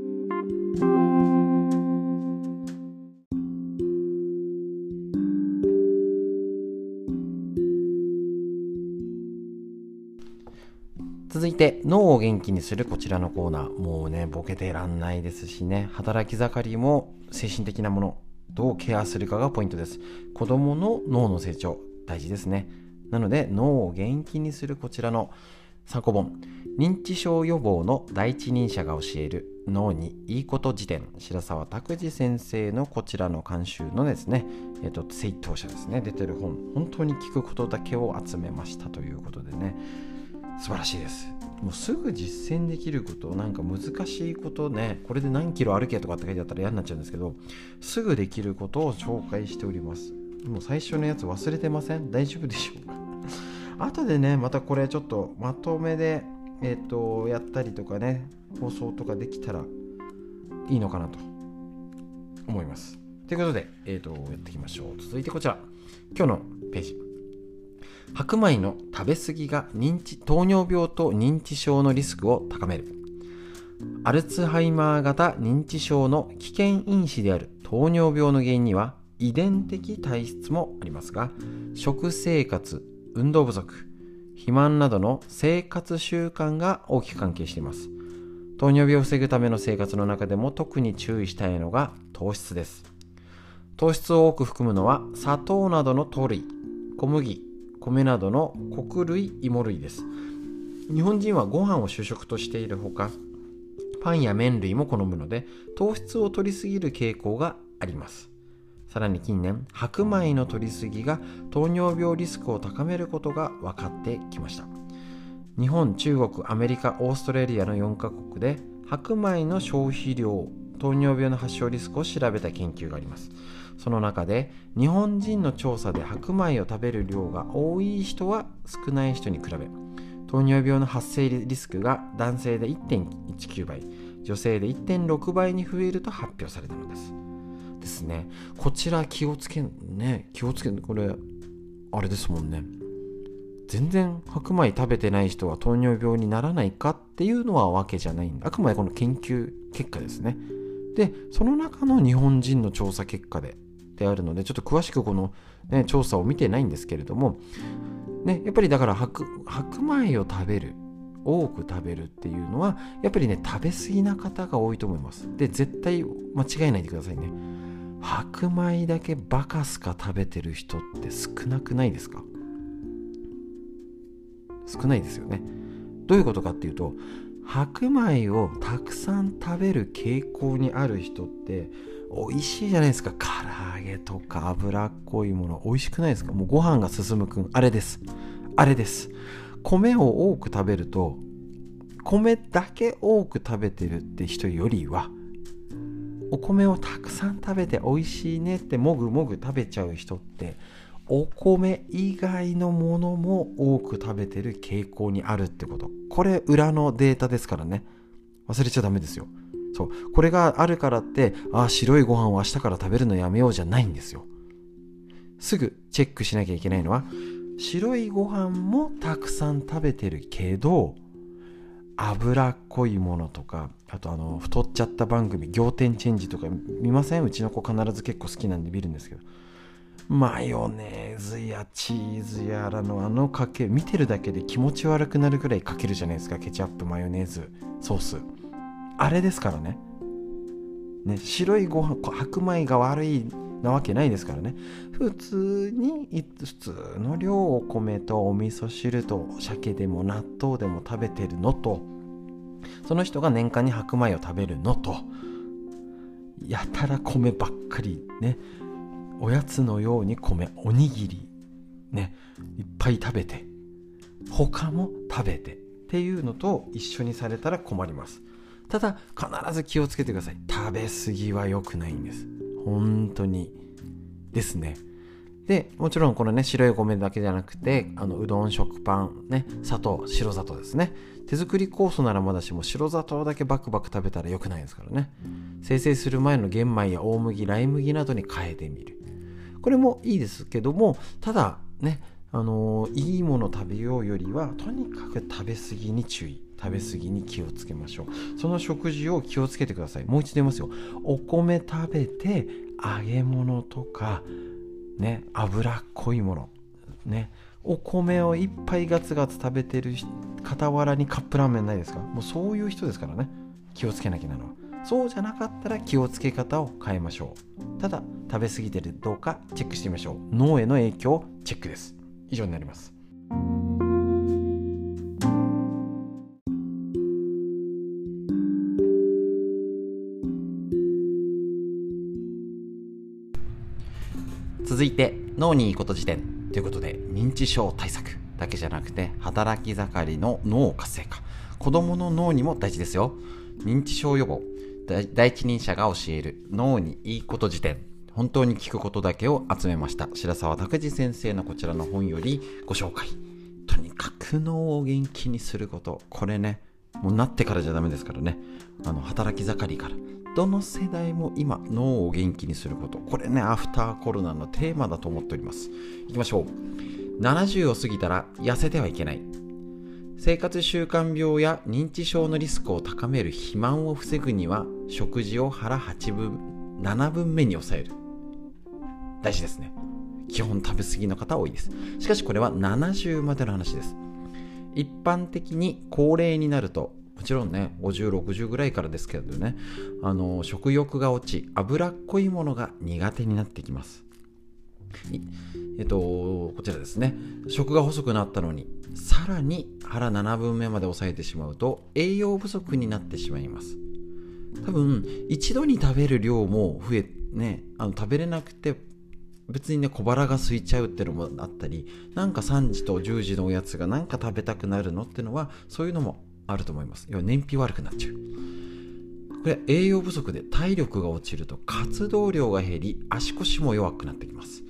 続いて脳を元気にするこちらのコーナー、もうねボケてらんないですしね、働き盛りも精神的なものどうケアするかがポイントです。子供の脳の成長大事ですね。なので脳を元気にするこちらの参考本、認知症予防の第一人者が教える脳にいいこと辞典、白澤拓司先生のこちらの監修のですね、正当者ですね出てる本、本当に聞くことだけを集めましたということでね、素晴らしいです。もうすぐ実践できること、なんか難しいことね、これで何キロ歩けとかって書いてあったら嫌になっちゃうんですけど、すぐできることを紹介しております。もう最初のやつ忘れてません？大丈夫でしょうか？後でねまたこれちょっとまとめでやったりとかね、放送とかできたらいいのかなと思います。ということでやっていきましょう。続いてこちら、今日のページ、白米の食べ過ぎが糖尿病と認知症のリスクを高める。アルツハイマー型認知症の危険因子である糖尿病の原因には遺伝的体質もありますが、食生活、運動不足、肥満などの生活習慣が大きく関係しています。糖尿病を防ぐための生活の中でも特に注意したいのが糖質です。糖質を多く含むのは砂糖などの糖類、小麦、米などの穀類、芋類です。日本人はご飯を主食としているほか、パンや麺類も好むので糖質を摂りすぎる傾向があります。さらに近年、白米の摂りすぎが糖尿病リスクを高めることが分かってきました。日本、中国、アメリカ、オーストラリアの4カ国で白米の消費量、糖尿病の発症リスクを調べた研究があります。その中で日本人の調査で白米を食べる量が多い人は少ない人に比べ、糖尿病の発生リスクが男性で 1.19 倍、 女性で 1.6 倍に増えると発表されたのですね。こちら気をつけこれあれですもんね。全然白米食べてない人は糖尿病にならないかっていうのはわけじゃないんだ。あくまでこの研究結果ですね。でその中の日本人の調査結果であるので、ちょっと詳しくこの、調査を見てないんですけれども、やっぱりだから白米を多く食べるっていうのはやっぱり食べ過ぎな方が多いと思います。で絶対間違えないでくださいね。白米だけバカすか食べてる人って少なくないですか？少ないですよね。どういうことかっていうと、白米をたくさん食べる傾向にある人って美味しいじゃないですか。唐揚げとか脂っこいもの美味しくないですか？もうご飯が進むくん、あれです。米を多く食べると、米だけ多く食べてるって人よりは、お米をたくさん食べて美味しいねってもぐもぐ食べちゃう人って、お米以外のものも多く食べてる傾向にあるってこと。これ裏のデータですからね。忘れちゃダメですよ。そう、これがあるからって白いご飯を明日から食べるのやめようじゃないんですよ。すぐチェックしなきゃいけないのは、白いご飯もたくさん食べてるけど脂っこいものとか、あと太っちゃった番組仰天チェンジとか見ません？うちの子必ず結構好きなんで見るんですけど、マヨネーズやチーズやらのかけ見てるだけで気持ち悪くなるくらいかけるじゃないですか。ケチャップ、マヨネーズ、ソース、あれですからね。白いご飯、白米が悪いなわけないですからね。普通の量お米とお味噌汁と鮭でも納豆でも食べてるのと、その人が年間に白米を食べるのと、やたら米ばっかりね、おやつのように米、おにぎりね、いっぱい食べて他も食べてっていうのと一緒にされたら困ります。ただ必ず気をつけてください。食べ過ぎは良くないんです。本当にですね。でもちろんこの白い米だけじゃなくて、うどん、食パンね、砂糖、白砂糖ですね。手作り酵素ならまだしも白砂糖だけバクバク食べたら良くないですからね。精製する前の玄米や大麦、ライ麦などに変えてみる。これもいいですけども、ただね、いいもの食べようよりはとにかく食べ過ぎに注意、食べ過ぎに気をつけましょう。その食事を気をつけてください。もう一度言いますよ。お米食べて揚げ物とかね、脂っこいものね、お米をいっぱいガツガツ食べてる傍らにカップラーメンないですか？もうそういう人ですからね。気をつけなきゃなのは。そうじゃなかったら気をつけ方を変えましょう。ただ食べ過ぎてるどうかチェックしてみましょう。脳への影響チェックです。以上になります。続いて脳にいいこと辞典ということで、認知症対策だけじゃなくて働き盛りの脳活性化、子どもの脳にも大事ですよ。認知症予防、第一人者が教える脳にいいこと辞典、本当に聞くことだけを集めました。白澤拓司先生のこちらの本よりご紹介。とにかく脳を元気にすること、これね、もうなってからじゃダメですからね。働き盛りからどの世代も今脳を元気にすること、これね、アフターコロナのテーマだと思っております。いきましょう。70を過ぎたら痩せてはいけない。生活習慣病や認知症のリスクを高める肥満を防ぐには、食事を腹8分7分目に抑える。大事ですね。基本食べ過ぎの方多いです。しかしこれは70までの話です。一般的に高齢になると、もちろんね、50、60ぐらいからですけどね、食欲が落ち、脂っこいものが苦手になってきます。こちらですね。食が細くなったのに、さらに腹7分目まで抑えてしまうと栄養不足になってしまいます。多分一度に食べる量も増えね、食べれなくて別にね、小腹が空いちゃうっていうのもあったり、なんか3時と10時のおやつがなんか食べたくなるのっていうのは、そういうのもあると思います。要は燃費悪くなっちゃう。これ栄養不足で体力が落ちると活動量が減り、足腰も弱くなってきます。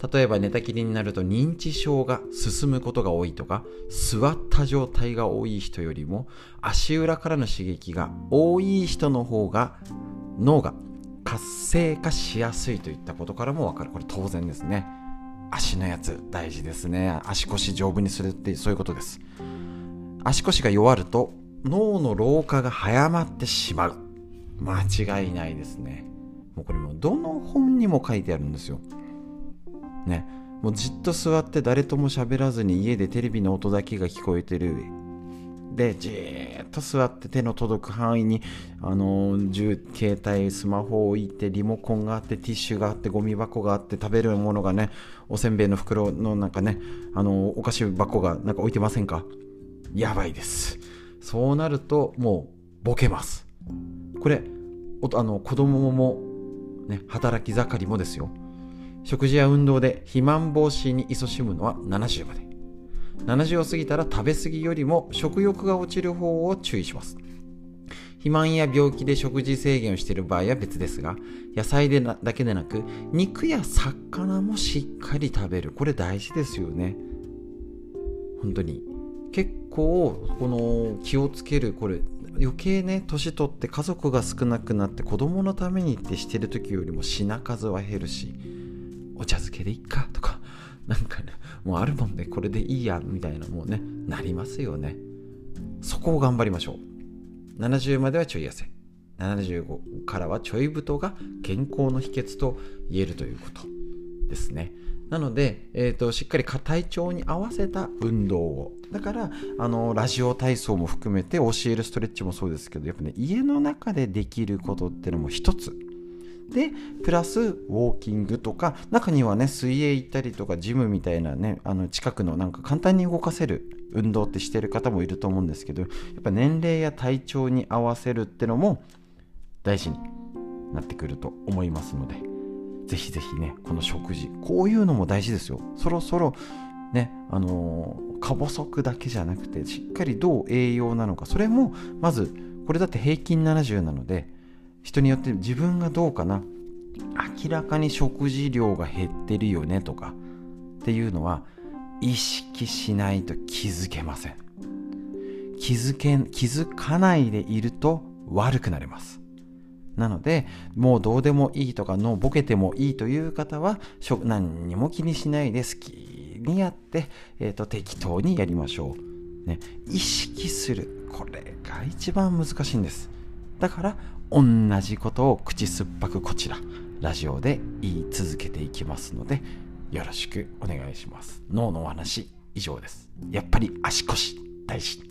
例えば寝たきりになると認知症が進むことが多いとか、座った状態が多い人よりも足裏からの刺激が多い人の方が脳が活性化しやすいといったことからも分かる。これ当然ですね。足のやつ大事ですね。足腰丈夫にするってそういうことです。足腰が弱ると脳の老化が早まってしまう。間違いないですね。もうこれもどの本にも書いてあるんですよね。もうじっと座って誰とも喋らずに家でテレビの音だけが聞こえてるで、じーっと座って手の届く範囲に携帯スマホを置いて、リモコンがあって、ティッシュがあって、ゴミ箱があって、食べるものがね、おせんべいの袋のなんかね、お菓子箱がなんか置いてませんか？やばいです。そうなるともうボケます。これ子供もね、働き盛りもですよ。食事や運動で肥満防止に勤しむのは70まで。70を過ぎたら食べ過ぎよりも食欲が落ちる方を注意します。肥満や病気で食事制限をしている場合は別ですが、野菜だけでなく肉や魚もしっかり食べる。これ大事ですよね。本当に結構この気をつける。これ余計ね、年取って家族が少なくなって子供のためにってしてる時よりも品数は減るし、お茶漬けでいっかとか、なんかね、もうあるもんでこれでいいやみたいな、もうね、なりますよね。そこを頑張りましょう。70まではちょい痩せ、75からはちょい太が健康の秘訣と言えるということですね。なので、しっかり体調に合わせた運動を、だからラジオ体操も含めて教えるストレッチもそうですけど、やっぱね、家の中でできることってのも一つで、プラスウォーキングとか、中にはね、水泳行ったりとかジムみたいなね、近くのなんか簡単に動かせる運動ってしてる方もいると思うんですけど、やっぱ年齢や体調に合わせるってのも大事になってくると思いますので、ぜひぜひね、この食事、こういうのも大事ですよ。そろそろね、過不足だけじゃなくて、しっかりどう栄養なのか、それもまず、これだって平均70なので、人によって自分がどうかな、明らかに食事量が減ってるよねとかっていうのは意識しないと気づけません。気づかないでいると悪くなります。なので、もうどうでもいいとかボケてもいいという方は何にも気にしないで好きにやって、適当にやりましょう、ね、意識する、これが一番難しいんです。だから同じことを口酸っぱくこちらラジオで言い続けていきますので、よろしくお願いします。脳のお話以上です。やっぱり足腰大事。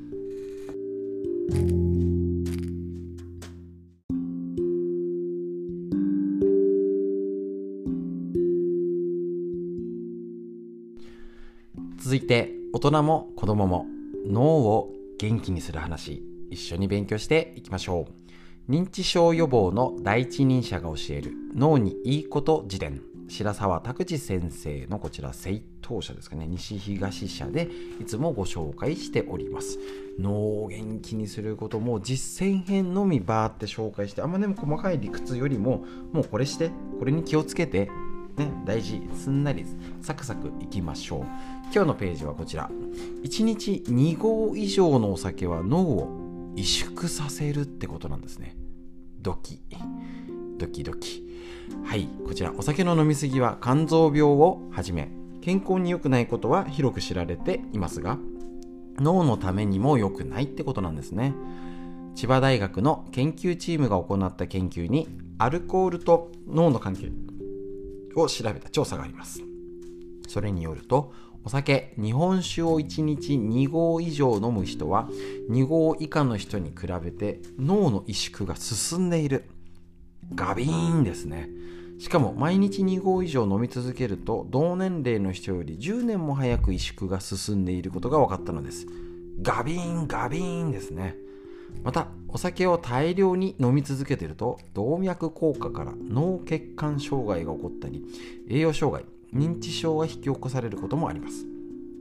続いて、大人も子供も脳を元気にする話、一緒に勉強していきましょう。認知症予防の第一人者が教える脳にいいこと辞典、白澤拓司先生のこちら正当社ですかね、西東社でいつもご紹介しております。脳を元気にすることも実践編のみバーって紹介して、あんまでも細かい理屈よりも、もうこれしてこれに気をつけてね、大事、すんなりサクサクいきましょう。今日のページはこちら。1日2合以上のお酒は脳を萎縮させるってことなんですね。ドキドキ。はい、こちら、お酒の飲みすぎは肝臓病をはじめ健康に良くないことは広く知られていますが、脳のためにも良くないってことなんですね。千葉大学の研究チームが行った研究に、アルコールと脳の関係を調べた調査があります。それによると、お酒、日本酒を1日2合以上飲む人は2合以下の人に比べて脳の萎縮が進んでいる。ガビーンですね。しかも毎日2合以上飲み続けると、同年齢の人より10年も早く萎縮が進んでいることが分かったのです。ガビーンですね。また、お酒を大量に飲み続けていると、動脈硬化から脳血管障害が起こったり、栄養障害、認知症が引き起こされることもあります。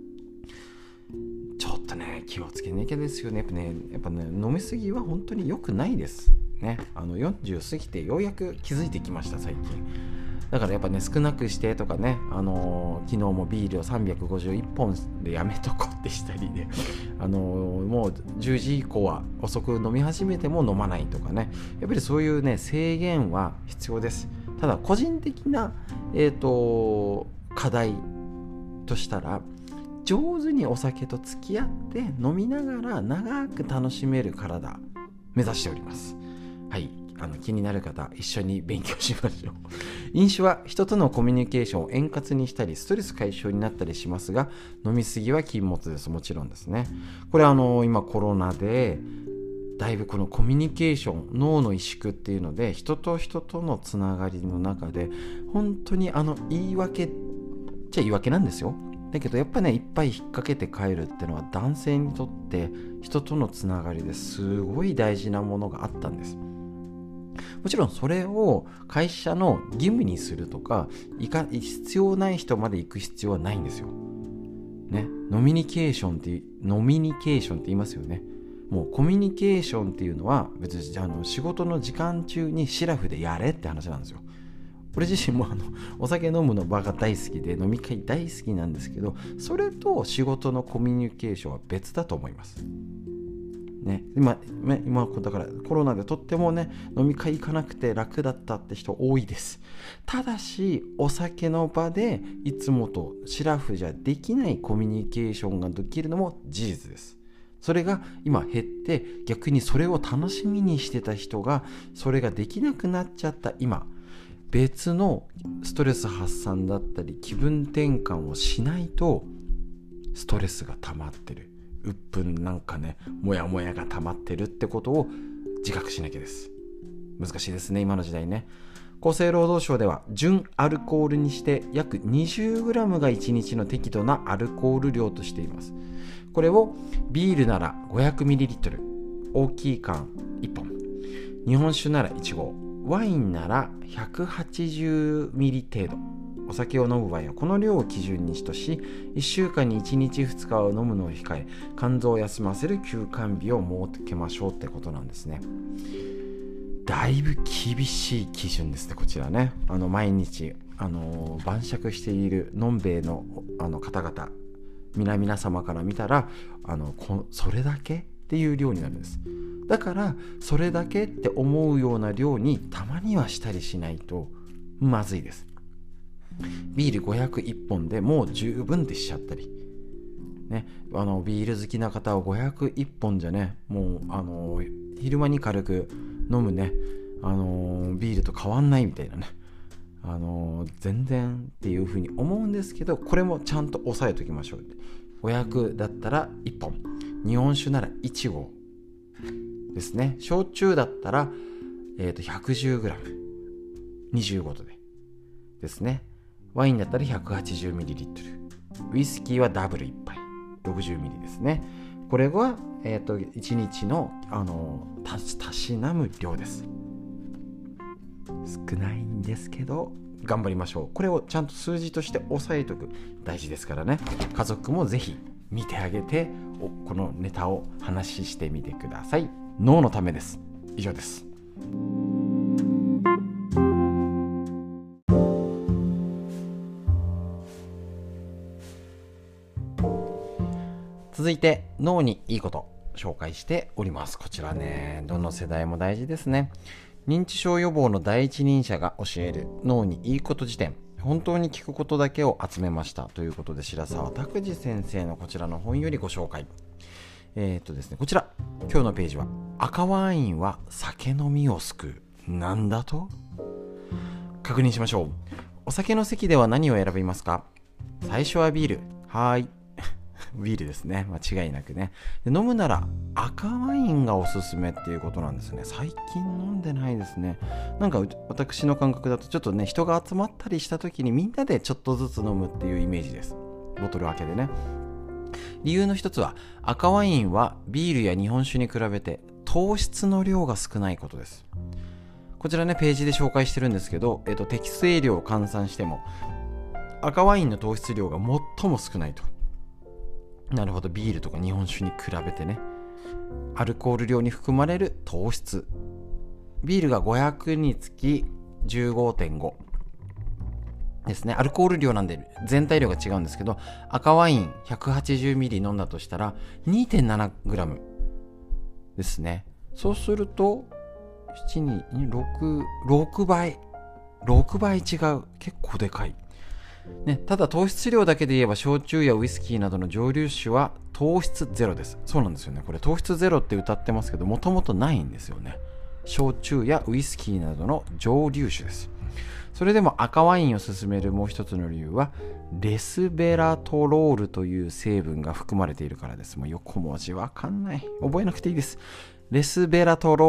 ちょっとね、気をつけなきゃですよね。やっぱね、飲みすぎは本当に良くないですね。40過ぎてようやく気づいてきました、最近。 だからやっぱね、少なくしてとかね、昨日もビールを351本でやめとこうってしたりで、もう10時以降は遅く飲み始めても飲まないとかね、やっぱりそういうね制限は必要です。ただ個人的な、課題としたら、上手にお酒と付き合って飲みながら長く楽しめる体目指しております。はい、気になる方一緒に勉強しましょう。飲酒は人とのコミュニケーションを円滑にしたりストレス解消になったりしますが、飲みすぎは禁物です。もちろんですね。これ今コロナでだいぶこのコミュニケーション、脳の萎縮っていうので、人と人とのつながりの中で本当に言い訳っちゃ言い訳なんですよ。だけどやっぱね、いっぱい引っ掛けて帰るっていうのは男性にとって人とのつながりですごい大事なものがあったんです。もちろんそれを会社の義務にするとか必要ない人まで行く必要はないんですよ、ね、ノミニケーションって言いますよね。もうコミュニケーションっていうのは別に仕事の時間中にシラフでやれって話なんですよ。俺自身もお酒飲むの場が大好きで飲み会大好きなんですけど、それと仕事のコミュニケーションは別だと思いますね。今だからコロナでとってもね、飲み会行かなくて楽だったって人多いです。ただしお酒の場でいつもとシラフじゃできないコミュニケーションができるのも事実です。それが今減って、逆にそれを楽しみにしてた人がそれができなくなっちゃった今、別のストレス発散だったり気分転換をしないとストレスが溜まってる、鬱憤なんかね、モヤモヤが溜まってるってことを自覚しなきゃです。難しいですね、今の時代ね。厚生労働省では純アルコールにして約 20g が1日の適度なアルコール量としています。これをビールなら 500ml 大きい缶1本、日本酒なら1合、ワインなら 180ml 程度、お酒を飲む場合はこの量を基準にしとし、1週間に1日2日を飲むのを控え、肝臓を休ませる休肝日を設けましょうってことなんですね。だいぶ厳しい基準ですね、こちらね。毎日晩酌しているのんべえの方々、皆様から見たらそれだけっていう量になるんです。だからそれだけって思うような量にたまにはしたりしないとまずいです。ビール501本でもう十分でしちゃったりね、ビール好きな方は501本じゃね、もう昼間に軽く飲むね、ビールと変わんないみたいなね、全然っていう風に思うんですけど、これもちゃんと押さえときましょう。500だったら1本、日本酒なら1合ですね。焼酎だったら、110g 25度でですね。ワインだったら 180ml、 ウイスキーはダブル1杯 60ml ですね。これは、1日の、たしなむ量です。少ないんですけど頑張りましょう。これをちゃんと数字として押さえておく、大事ですからね。家族もぜひ見てあげて、このネタを話してみてください。脳のためです。以上です。続いて脳にいいこと紹介しております。こちらね、どの世代も大事ですね。認知症予防の第一人者が教える脳にいいこと辞典、本当に聞くことだけを集めましたということで、白澤拓司先生のこちらの本よりご紹介。ですね、こちら今日のページは、赤ワインは酒飲みを救う、なんだと確認しましょう。お酒の席では何を選びますか？最初はビール。はい、ビールですね、間違いなくね。で、飲むなら赤ワインがおすすめっていうことなんですね。最近飲んでないですね。なんか私の感覚だとちょっとね、人が集まったりした時にみんなでちょっとずつ飲むっていうイメージです。ボトル開けでね。理由の一つは、赤ワインはビールや日本酒に比べて糖質の量が少ないことです。こちらね、ページで紹介してるんですけど、適正量を換算しても赤ワインの糖質量が最も少ないと。なるほど、ビールとか日本酒に比べてね。アルコール量に含まれる糖質、ビールが500につき 15.5、 ですね。アルコール量なんで全体量が違うんですけど、赤ワイン 180ml 飲んだとしたら 2.7g ですね。そうすると6倍違う。結構でかいね。ただ糖質量だけで言えば焼酎やウイスキーなどの蒸留酒は糖質ゼロです。そうなんですよね。これ糖質ゼロって歌ってますけど、もともとないんですよね。焼酎やウイスキーなどの蒸留酒です。それでも赤ワインを勧めるもう一つの理由はレスベラトロールという成分が含まれているからです。もう横文字わかんない。覚えなくていいです。レスベラトロ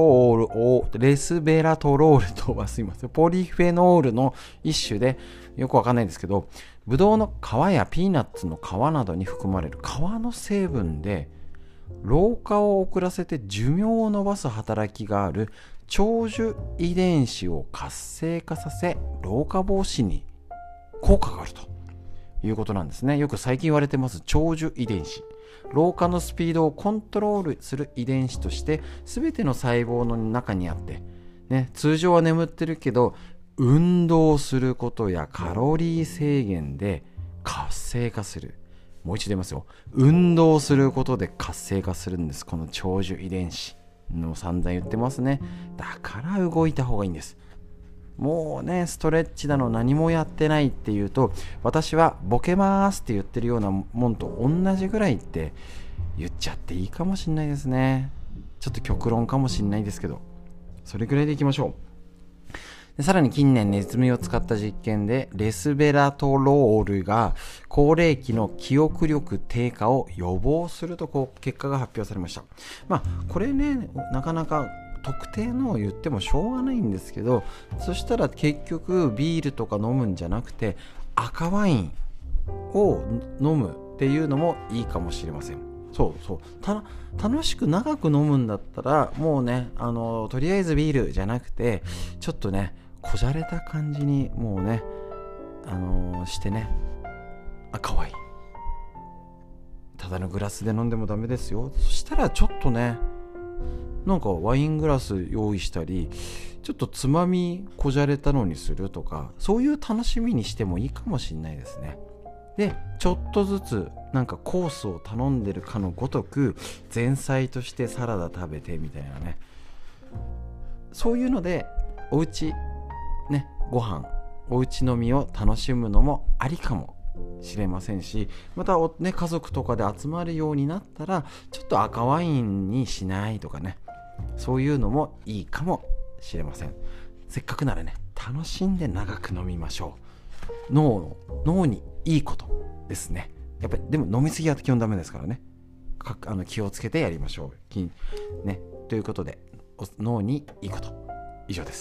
ールとはすいません。ポリフェノールの一種でよくわかんないんですけど、ブドウの皮やピーナッツの皮などに含まれる皮の成分で老化を遅らせて寿命を延ばす働きがある長寿遺伝子を活性化させ老化防止に効果があるということなんですね。よく最近言われてます長寿遺伝子、老化のスピードをコントロールする遺伝子として全ての細胞の中にあって、ね、通常は眠ってるけど運動することやカロリー制限で活性化する。もう一度言いますよ。運動することで活性化するんです。この長寿遺伝子の散々言ってますね。だから動いた方がいいんです。もうね、ストレッチだの何もやってないっていうと、私はボケますって言ってるようなもんと同じぐらいって言っちゃっていいかもしれないですね。ちょっと極論かもしれないですけど、それぐらいでいきましょう。でさらに近年ネズミを使った実験でレスベラトロールが高齢期の記憶力低下を予防すると結果が発表されました。これね、なかなか特定のを言ってもしょうがないんですけど、そしたら結局ビールとか飲むんじゃなくて赤ワインを飲むっていうのもいいかもしれません。楽しく長く飲むんだったらもうね、とりあえずビールじゃなくてちょっとねこじゃれた感じにもうねしてね、赤ワインただのグラスで飲んでもダメですよ。そしたらちょっとね、なんかワイングラス用意したり、ちょっとつまみこじゃれたのにするとか、そういう楽しみにしてもいいかもしれないですね。でちょっとずつなんかコースを頼んでるかのごとく前菜としてサラダ食べてみたいなね、そういうのでおうちね、ご飯おうち飲みを楽しむのもありかもしれませんし、またね、家族とかで集まるようになったらちょっと赤ワインにしないとかね、そういうのもいいかもしれません。せっかくならね、楽しんで長く飲みましょう。脳にいいことですね。やっぱりでも飲みすぎは基本ダメですからね。気をつけてやりましょうね。ということで脳にいいこと、以上です。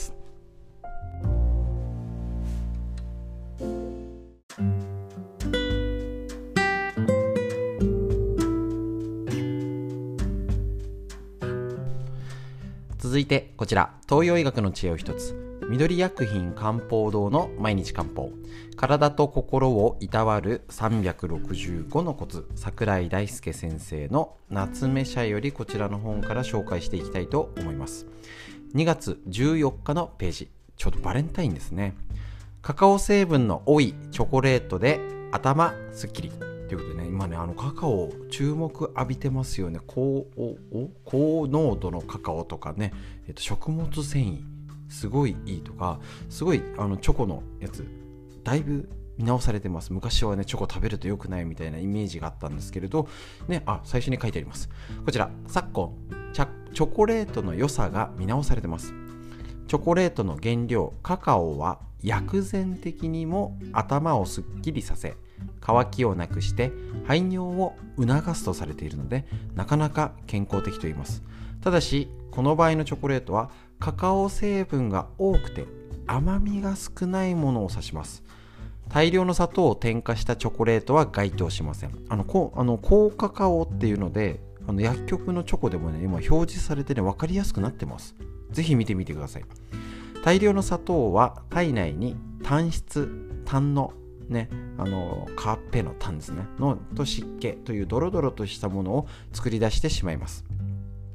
続いてこちら、東洋医学の知恵を一つ、緑薬品漢方堂の毎日漢方、体と心をいたわる365のコツ、櫻井大輔先生の夏目社よりこちらの本から紹介していきたいと思います。2月14日のページ、ちょうどバレンタインですね。カカオ成分の多いチョコレートで頭すっきりということでね、今ね、カカオ注目浴びてますよね。高濃度のカカオとかね、食物繊維すごいいいとか、すごいチョコのやつだいぶ見直されてます。昔はね、チョコ食べると良くないみたいなイメージがあったんですけれどね、最初に書いてあります。こちら昨今チョコレートの良さが見直されてます。チョコレートの原料カカオは薬膳的にも頭をすっきりさせ、乾きをなくして排尿を促すとされているので、なかなか健康的と言います。ただしこの場合のチョコレートはカカオ成分が多くて甘みが少ないものを指します。大量の砂糖を添加したチョコレートは該当しません。高カカオっていうので薬局のチョコでもね、今表示されてね、分かりやすくなってます。ぜひ見てみてください。大量の砂糖は体内に炭のね、カーペの炭ですねと湿気というドロドロとしたものを作り出してしまいます。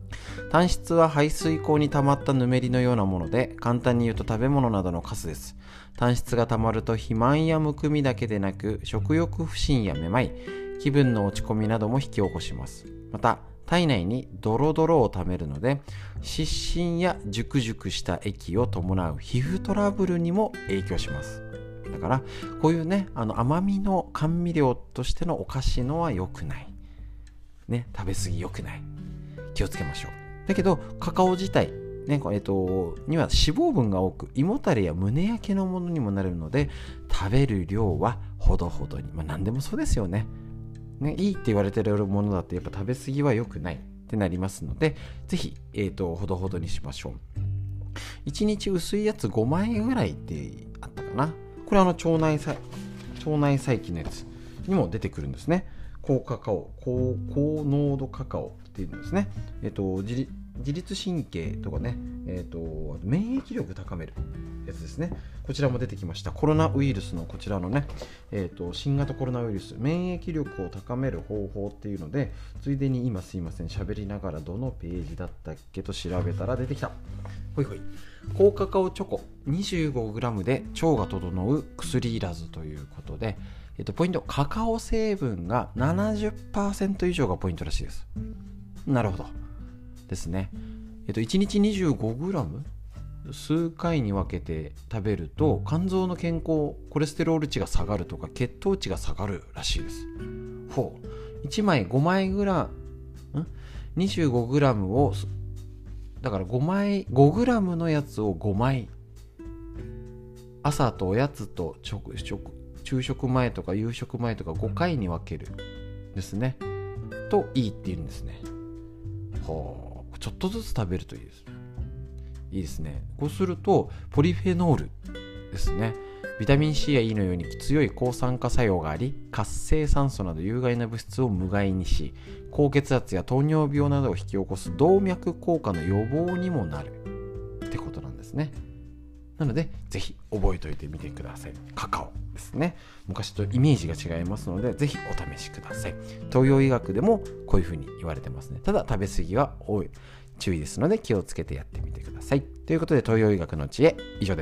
炭質は排水口に溜まったぬめりのようなもので、簡単に言うと食べ物などのカスです。炭質が溜まると肥満やむくみだけでなく、食欲不振やめまい、気分の落ち込みなども引き起こします。また体内にドロドロをためるので、湿疹やジュクジュクした液を伴う皮膚トラブルにも影響します。だからこういうね、甘みの甘味料としてのお菓子のは良くないね、食べ過ぎ良くない、気をつけましょう。だけどカカオ自体ね、には脂肪分が多く、胃もたれや胸焼けのものにもなるので、食べる量はほどほどに。何でもそうですよね。いいって言われてるものだってやっぱ食べ過ぎは良くないってなりますので、ぜひ、ほどほどにしましょう。1日薄いやつ5枚ぐらいってあったかな。これ腸内細菌のやつにも出てくるんですね。高濃度カカオっていうんですね。自律神経とかね、免疫力高めるやつですね。こちらも出てきました。コロナウイルスのこちらのね、新型コロナウイルス免疫力を高める方法っていうので、ついでに今すいません、喋りながらどのページだったっけと調べたら出てきた。ほいほい。高カカオチョコ 25g で腸が整う薬いらずということで、ポイント、カカオ成分が 70% 以上がポイントらしいです。なるほどですね。1日 25g 数回に分けて食べると、肝臓の健康、コレステロール値が下がるとか血糖値が下がるらしいです。1枚5枚ぐらい 25g をだから5g のやつを5枚、朝とおやつと昼食前とか夕食前とか5回に分けるですねといいっていうんですね。ちょっとずつ食べるといいです。いいですね。こうするとポリフェノールですね、ビタミン C や E のように強い抗酸化作用があり、活性酸素など有害な物質を無害にし、高血圧や糖尿病などを引き起こす動脈硬化の予防にもなるってことなんですね。なのでぜひ覚えておいてみてください。カカオですね。昔とイメージが違いますので、ぜひお試しください。東洋医学でもこういうふうに言われてますね。ただ食べ過ぎは多い注意ですので、気をつけてやってみてください。ということで、東洋医学の知恵以上です。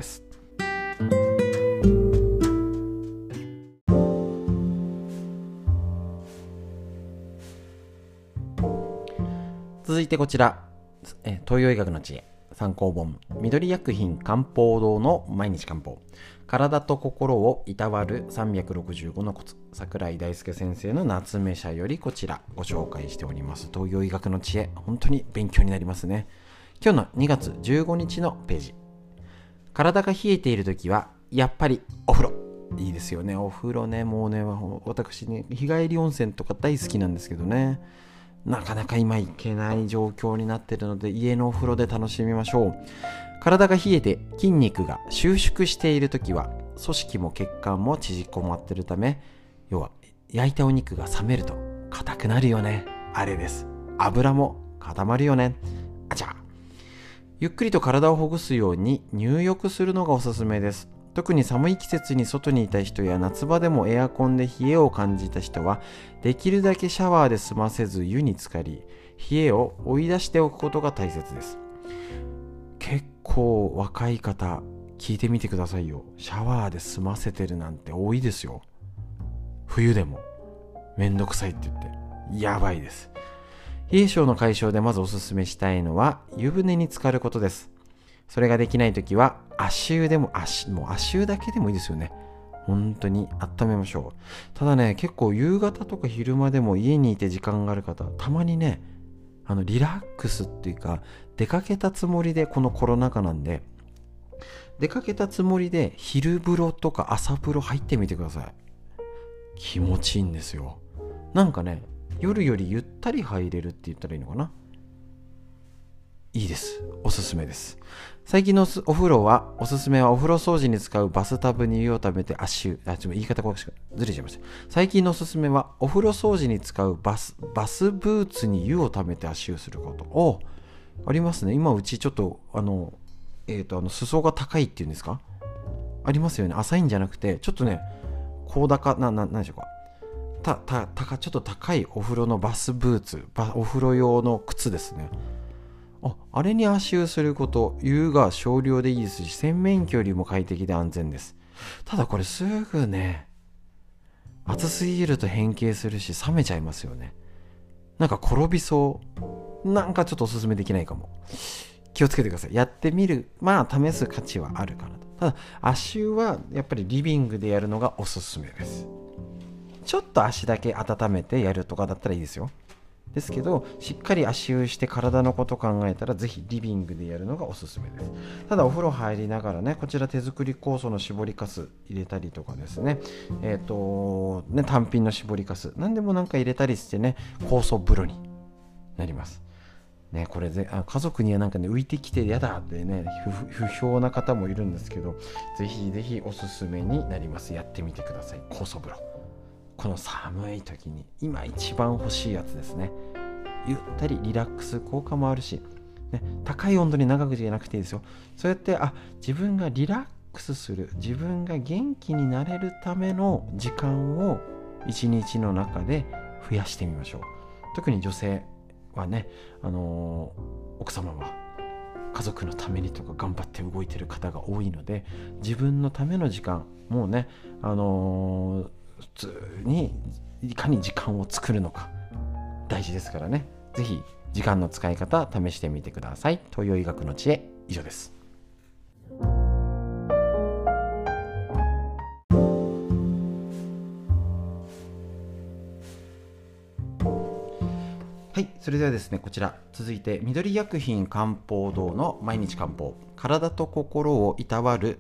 続いてこちら、東洋医学の知恵参考本、緑薬品漢方堂の毎日漢方、体と心をいたわる365のコツ、櫻井大輔先生の夏目社よりこちらご紹介しております。東洋医学の知恵、本当に勉強になりますね。今日の2月15日のページ、体が冷えているときはやっぱりお風呂、いいですよね。お風呂ね、もうね、私ね、日帰り温泉とか大好きなんですけどね、なかなか今行けない状況になっているので、家のお風呂で楽しみましょう。体が冷えて筋肉が収縮しているときは、組織も血管も縮こまっているため、要は焼いたお肉が冷めると硬くなるよね。あれです。油も固まるよね。あちゃ。ゆっくりと体をほぐすように入浴するのがおすすめです。特に寒い季節に外にいた人や夏場でもエアコンで冷えを感じた人は、できるだけシャワーで済ませず湯に浸かり、冷えを追い出しておくことが大切です。結構若い方聞いてみてくださいよ。シャワーで済ませてるなんて多いですよ。冬でもめんどくさいって言ってやばいです。冷え性の解消でまずおすすめしたいのは湯船に浸かることです。それができないときは足湯でももう足湯だけでもいいですよね。本当に温めましょう。ただね、結構夕方とか昼間でも家にいて時間がある方、たまにね、リラックスっていうか、出かけたつもりで、このコロナ禍なんで、出かけたつもりで昼風呂とか朝風呂入ってみてください。気持ちいいんですよ。なんかね、夜よりゆったり入れるって言ったらいいのかな。いいです。おすすめです。最近のお風呂は、おすすめはお風呂掃除に使うバスタブに湯をためて足湯。言い方がずれちゃいました。最近のおすすめは、お風呂掃除に使うバスブーツに湯をためて足湯すること。ありますね。今うちちょっと、裾が高いっていうんですか？ありますよね。浅いんじゃなくて、ちょっとね、高高、なんでしょうか。ちょっと高いお風呂のバスブーツ、お風呂用の靴ですね。 あれに足湯すること、湯が少量でいいですし、洗面器よりも快適で安全です。ただこれすぐね、暑すぎると変形するし冷めちゃいますよね。なんか転びそう。なんかちょっとおすすめできないかも。気をつけてください。やってみる、まあ試す価値はあるかなと。ただ足湯はやっぱりリビングでやるのがおすすめです。ちょっと足だけ温めてやるとかだったらいいですよ。ですけど、しっかり足湯して体のこと考えたら、ぜひリビングでやるのがおすすめです。ただお風呂入りながらね、こちら手作り酵素の絞りかす入れたりとかですね、単品の絞りかす何でもなんか入れたりしてね、酵素風呂になりますね。これで家族にはなんかね、浮いてきてやだってね、不評な方もいるんですけど、ぜひぜひおすすめになります。やってみてください。酵素風呂、この寒い時に今一番欲しいやつですね。ゆったりリラックス効果もあるし、ね、高い温度に長くじゃなくていいですよ。そうやって自分がリラックスする、自分が元気になれるための時間を一日の中で増やしてみましょう。特に女性はね、奥様は家族のためにとか頑張って動いてる方が多いので、自分のための時間、もうね、普通にいかに時間を作るのか大事ですからね。ぜひ時間の使い方試してみてください。東洋医学の知恵、以上です。はい、それではですね、こちら続いて緑薬品漢方堂の毎日漢方、体と心をいたわる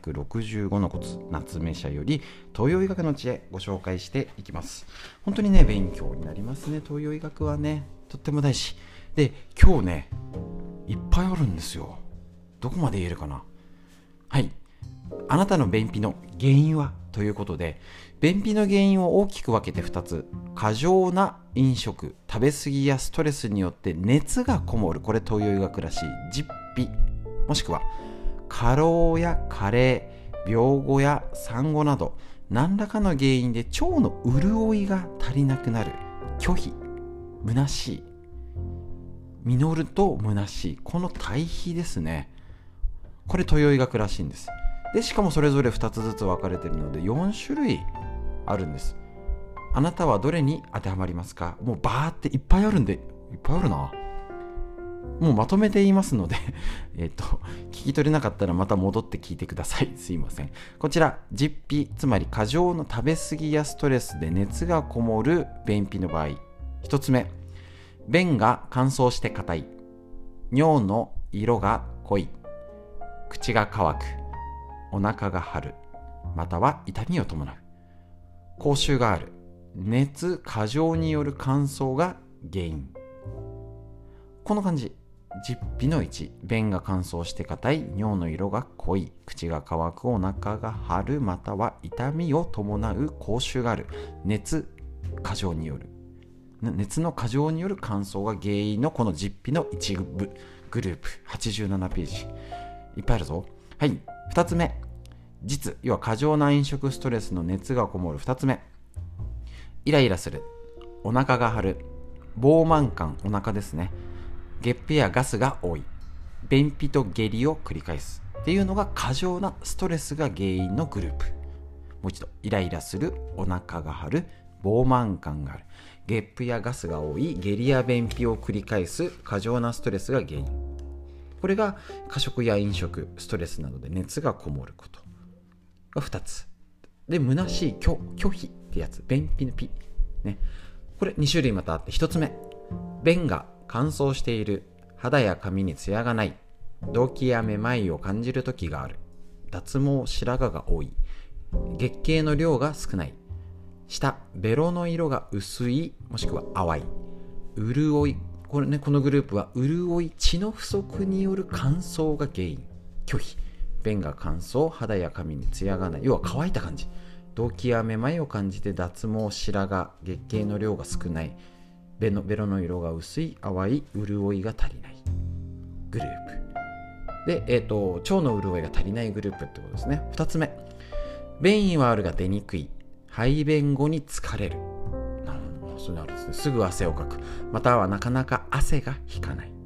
365のコツ、夏目社より東洋医学の知恵ご紹介していきます。本当にね、勉強になりますね。東洋医学はね、とっても大事で、今日ねいっぱいあるんですよ。どこまで言えるかな。はい、あなたの便秘の原因はということで、便秘の原因を大きく分けて2つ。過剰な飲食、食べ過ぎやストレスによって熱がこもる、これ東洋医学らしい実費、もしくは過労や加齢、病後や産後など何らかの原因で腸の潤いが足りなくなる、拒否、虚しい、実ると虚しい、この対比ですね。これ東洋医学らしいんです。でしかもそれぞれ2つずつ分かれているので4種類あるんです。あなたはどれに当てはまりますか？もうバーっていっぱいあるんで、いっぱいあるな。もうまとめて言いますので聞き取れなかったらまた戻って聞いてください。すいません。こちら実費、つまり過剰の食べ過ぎやストレスで熱がこもる便秘の場合、1つ目、便が乾燥して硬い、尿の色が濃い、口が乾く、お腹が張る、または痛みを伴う、口臭がある、熱過剰による乾燥が原因。この感じ。実費の1、便が乾燥して硬い、尿の色が濃い、口が乾く、お腹が張る、または痛みを伴う、口臭がある、熱過剰による、熱の過剰による乾燥が原因のこの実費の1部グループ、87ページ。いっぱいあるぞ。はい。2つ目、実、要は過剰な飲食ストレスの熱がこもる。2つ目、イライラする、お腹が張る、膨満感、お腹ですね、ゲップやガスが多い、便秘と下痢を繰り返すっていうのが過剰なストレスが原因のグループ。もう一度、イライラする、お腹が張る、膨満感がある、ゲップやガスが多い、下痢や便秘を繰り返す過剰なストレスが原因。これが過食や飲食、ストレスなどで熱がこもることが2つで、虚しい、拒否ってやつ、便秘のピ、ね、これ2種類またあって、1つ目、便が乾燥している、肌や髪にツヤがない、動悸やめまいを感じる時がある、脱毛、白髪が多い、月経の量が少ない、舌、ベロの色が薄いもしくは淡い、潤い、これね、このグループは潤い、血の不足による乾燥が原因。拒否、便が乾燥、肌や髪にツヤがない、要は乾いた感じ、動悸やめまいを感じて脱毛、白髪、月経の量が少ない、ベロの色が薄い、淡い、潤いが足りないグループで、腸の潤いが足りないグループってことですね。2つ目、便意はあるが出にくい、排便後に疲れる、そうなるんですね。すぐ汗をかく、またはなかなか汗が引かない、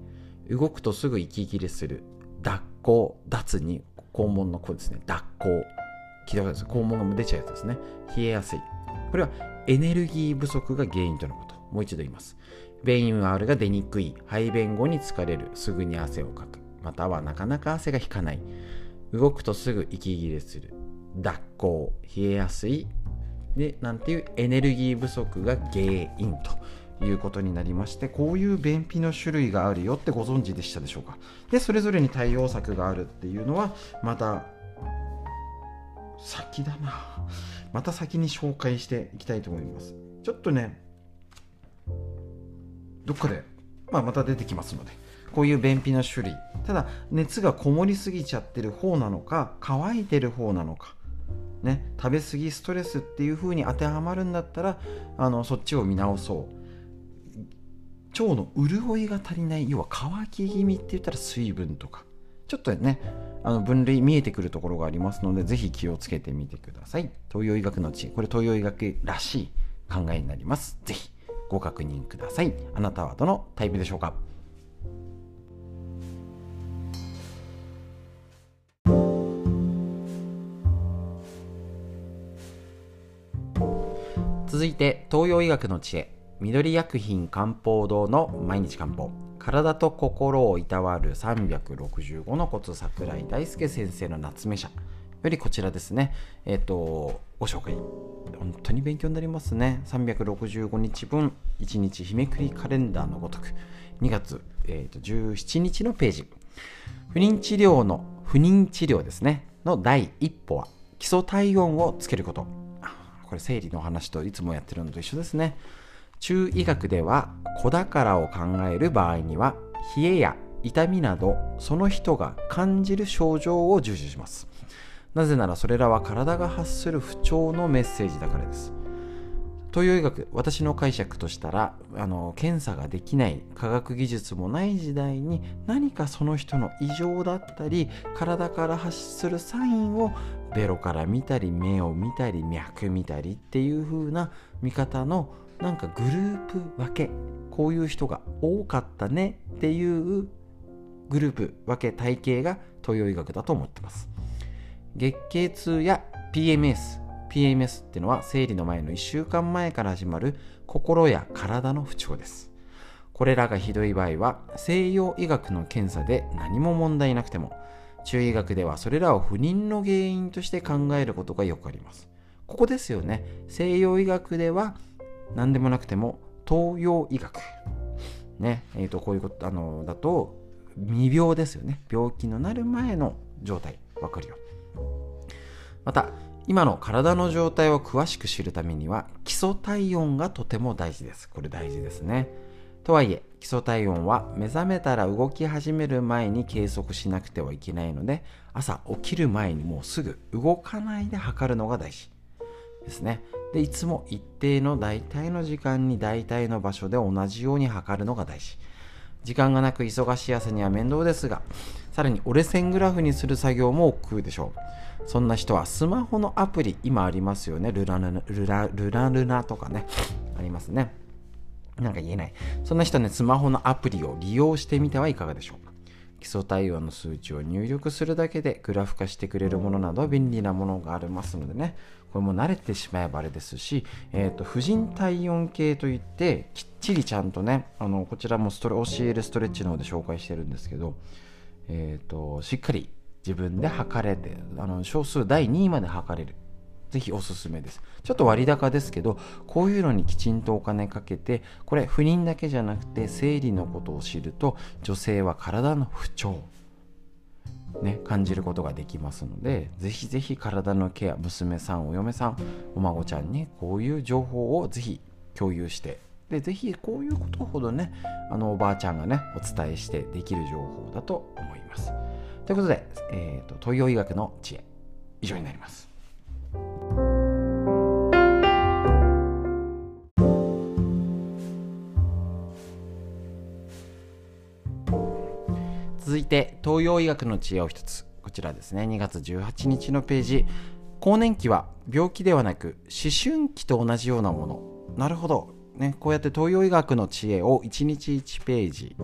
動くとすぐ息切れする、脱肛、脱に肛門の子ですね、脱肛、聞いたことです。肛門が出ちゃうやつですね。冷えやすい。これはエネルギー不足が原因とのこと。もう一度言います。便意 R が出にくい、排便後に疲れる、すぐに汗をかく、またはなかなか汗が引かない、動くとすぐ息切れする、脱肛、冷えやすいで、なんていうエネルギー不足が原因ということになりまして、こういう便秘の種類があるよってご存知でしたでしょうか。で、それぞれに対応策があるっていうのはまた先だな。また先に紹介していきたいと思います。ちょっとね、どっかで、また出てきますので、こういう便秘の種類、ただ熱がこもりすぎちゃってる方なのか、乾いてる方なのかね、食べ過ぎストレスっていう風に当てはまるんだったらそっちを見直そう。腸の潤いが足りない、要は乾き気味って言ったら水分とかちょっとね分類見えてくるところがありますので、ぜひ気をつけてみてください。東洋医学の知恵、これ東洋医学らしい考えになります。ぜひご確認ください。あなたはどのタイプでしょうか。続いて東洋医学の知恵、緑薬品漢方堂の毎日漢方、体と心をいたわる365のコツ、櫻井大輔先生の夏目社よりこちらですね、ご紹介。本当に勉強になりますね。365日分1日日めくりカレンダーのごとく、2月、17日のページ。不妊治療ですねの第一歩は基礎体温をつけること。これ生理の話といつもやってるのと一緒ですね。中医学では子宝を考える場合には冷えや痛みなどその人が感じる症状を重視します。なぜならそれらは体が発する不調のメッセージだからです。東洋医学、私の解釈としたら検査ができない科学技術もない時代に、何かその人の異常だったり体から発するサインをベロから見たり目を見たり脈見たりっていう風な見方のなんかグループ分け、こういう人が多かったねっていうグループ分け体系が東洋医学だと思ってます。月経痛や PMS っていうのは生理の前の1週間前から始まる心や体の不調です。これらがひどい場合は西洋医学の検査で何も問題なくても、中医学ではそれらを不妊の原因として考えることがよくあります。ここですよね。西洋医学では何でもなくても東洋医学ね、こういうことだと未病ですよね。病気のなる前の状態わかるよ。また今の体の状態を詳しく知るためには基礎体温がとても大事です。これ大事ですね。とはいえ基礎体温は目覚めたら動き始める前に計測しなくてはいけないので、朝起きる前にもうすぐ動かないで測るのが大事ですね。でいつも一定の大体の時間に大体の場所で同じように測るのが大事。時間がなく忙しい朝には面倒ですが、さらに折れ線グラフにする作業も億劫でしょう。そんな人はスマホのアプリ、今ありますよね。ルラルナとかねありますね。なんか言えない。そんな人はね、スマホのアプリを利用してみてはいかがでしょうか。基礎体温の数値を入力するだけでグラフ化してくれるものなど便利なものがありますのでね、これも慣れてしまえばあれですし、婦人体温計といってきっちりちゃんとね、こちらも教えるストレッチの方で紹介してるんですけど、しっかり自分で測れて、小数第2位まで測れる。ぜひおすすめです。ちょっと割高ですけど、こういうのにきちんとお金かけて、これ不妊だけじゃなくて生理のことを知ると、女性は体の不調ね、感じることができますので、ぜひぜひ体のケア、娘さん、お嫁さん、お孫ちゃんにこういう情報をぜひ共有して、でぜひこういうことほどね、おばあちゃんがねお伝えしてできる情報だと思います。ということで、東洋医学の知恵、以上になります。続いて東洋医学の知恵を一つ、こちらですね、2月18日のページ。更年期は病気ではなく思春期と同じようなもの。なるほど。 ね、こうやって東洋医学の知恵を1日1ページ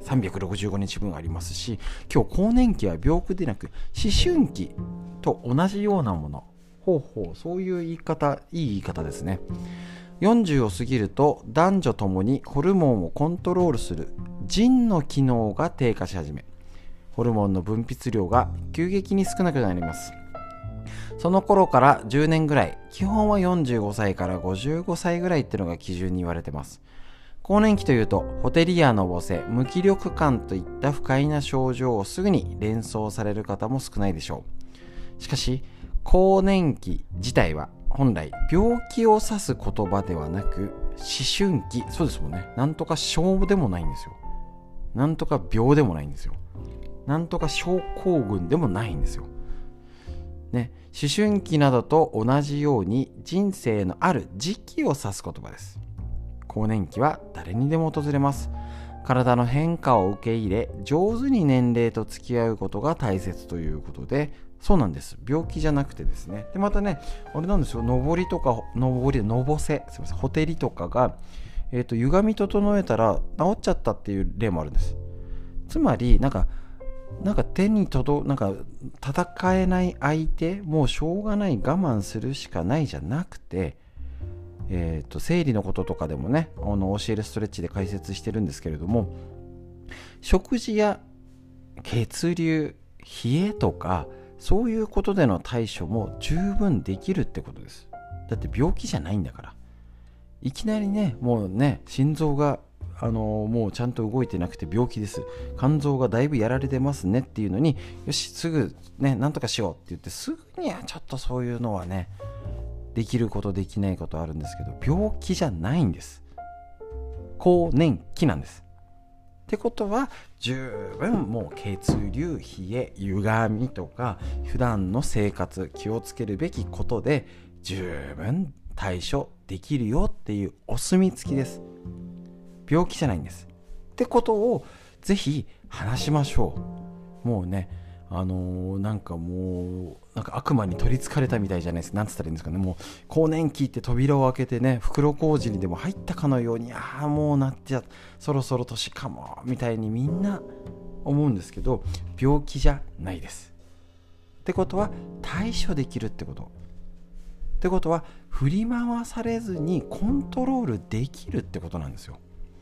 365日分ありますし、今日更年期は病気でなく思春期と同じようなもの、そういう言い方、いい言い方ですね。40を過ぎると男女ともにホルモンをコントロールする腎の機能が低下し始め、ホルモンの分泌量が急激に少なくなります。その頃から10年ぐらい、基本は45歳から55歳ぐらいっていうのが基準に言われてます。更年期というと、ほてりやのぼせ、無気力感といった不快な症状をすぐに連想される方も少ないでしょう。しかし、更年期自体は本来病気を指す言葉ではなく、思春期、そうですもんね。なんとか症でもないんですよ。なんとか病でもないんですよ。なんとか症候群でもないんですよ。ね、思春期などと同じように人生のある時期を指す言葉です。更年期は誰にでも訪れます。体の変化を受け入れ、上手に年齢と付き合うことが大切ということで、そうなんです。病気じゃなくてですね。で、またね、あれなんですよ、のぼせ、すみません、ほてりとかが、歪み整えたら治っちゃったっていう例もあるんです。つまり、なんか手になんか戦えない相手、もうしょうがない、我慢するしかないじゃなくて、生理のこととかでもね、教えるストレッチで解説してるんですけれども、食事や血流、冷えとか、そういうことでの対処も十分できるってことです。だって病気じゃないんだから。いきなりね、もうね、心臓がもうちゃんと動いてなくて病気です、肝臓がだいぶやられてますねっていうのに、よしすぐねなんとかしようって言って、すぐにはちょっとそういうのはね、できることできないことあるんですけど、病気じゃないんです。更年期なんです。ってことは、十分もう血流、冷え、歪みとか普段の生活気をつけるべきことで十分対処できるよっていうお墨付きです。病気じゃないんですってことをぜひ話しましょう。もうね、なんか悪魔に取りつかれたみたいじゃないですか。なんつったらいいんですかね。もう更年期って扉を開けてね、袋小路にでも入ったかのように、もうなっちゃそろそろ年かもみたいにみんな思うんですけど、病気じゃないです。ってことは対処できるってこと。ってことは振り回されずにコントロールできるってことなんですよ。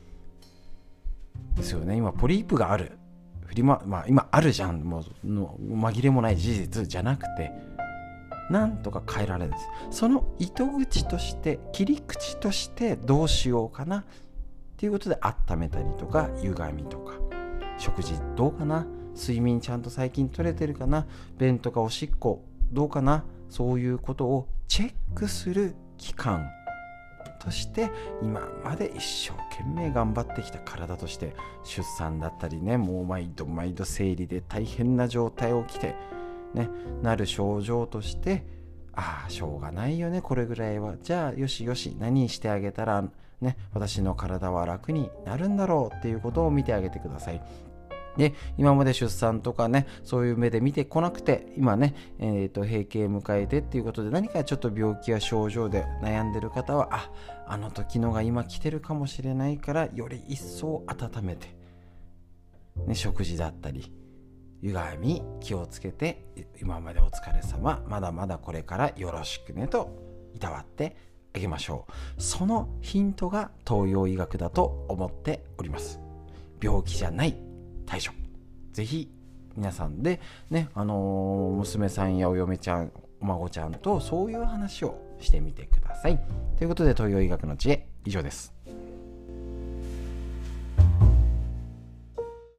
ですよね。今ポリープがある、今あるじゃん、もう紛れもない事実じゃなくて、なんとか変えられるんです。その糸口として、切り口としてどうしようかなっていうことで、温めたりとか、歪みとか、食事どうかな、睡眠ちゃんと最近取れてるかな、便とかおしっこどうかな、そういうことをチェックする期間として、今まで一生懸命頑張ってきた体として、出産だったりね、もう毎度毎度生理で大変な状態をきてね、なる症状として、しょうがないよねこれぐらいは、じゃあよしよし、何してあげたらね、私の体は楽になるんだろうっていうことを見てあげてください。で、今まで出産とかね、そういう目で見てこなくて、今ね、閉経迎えてっていうことで、何かちょっと病気や症状で悩んでる方は、あの時のが今来てるかもしれないから、より一層温めて、ね、食事だったり歪み気をつけて、今までお疲れ様、まだまだこれからよろしくねといたわってあげましょう。そのヒントが東洋医学だと思っております。病気じゃない対処、ぜひ皆さんでね、娘さんやお嫁ちゃん、お孫ちゃんとそういう話をしてみてください。ということで、東洋医学の知恵以上です。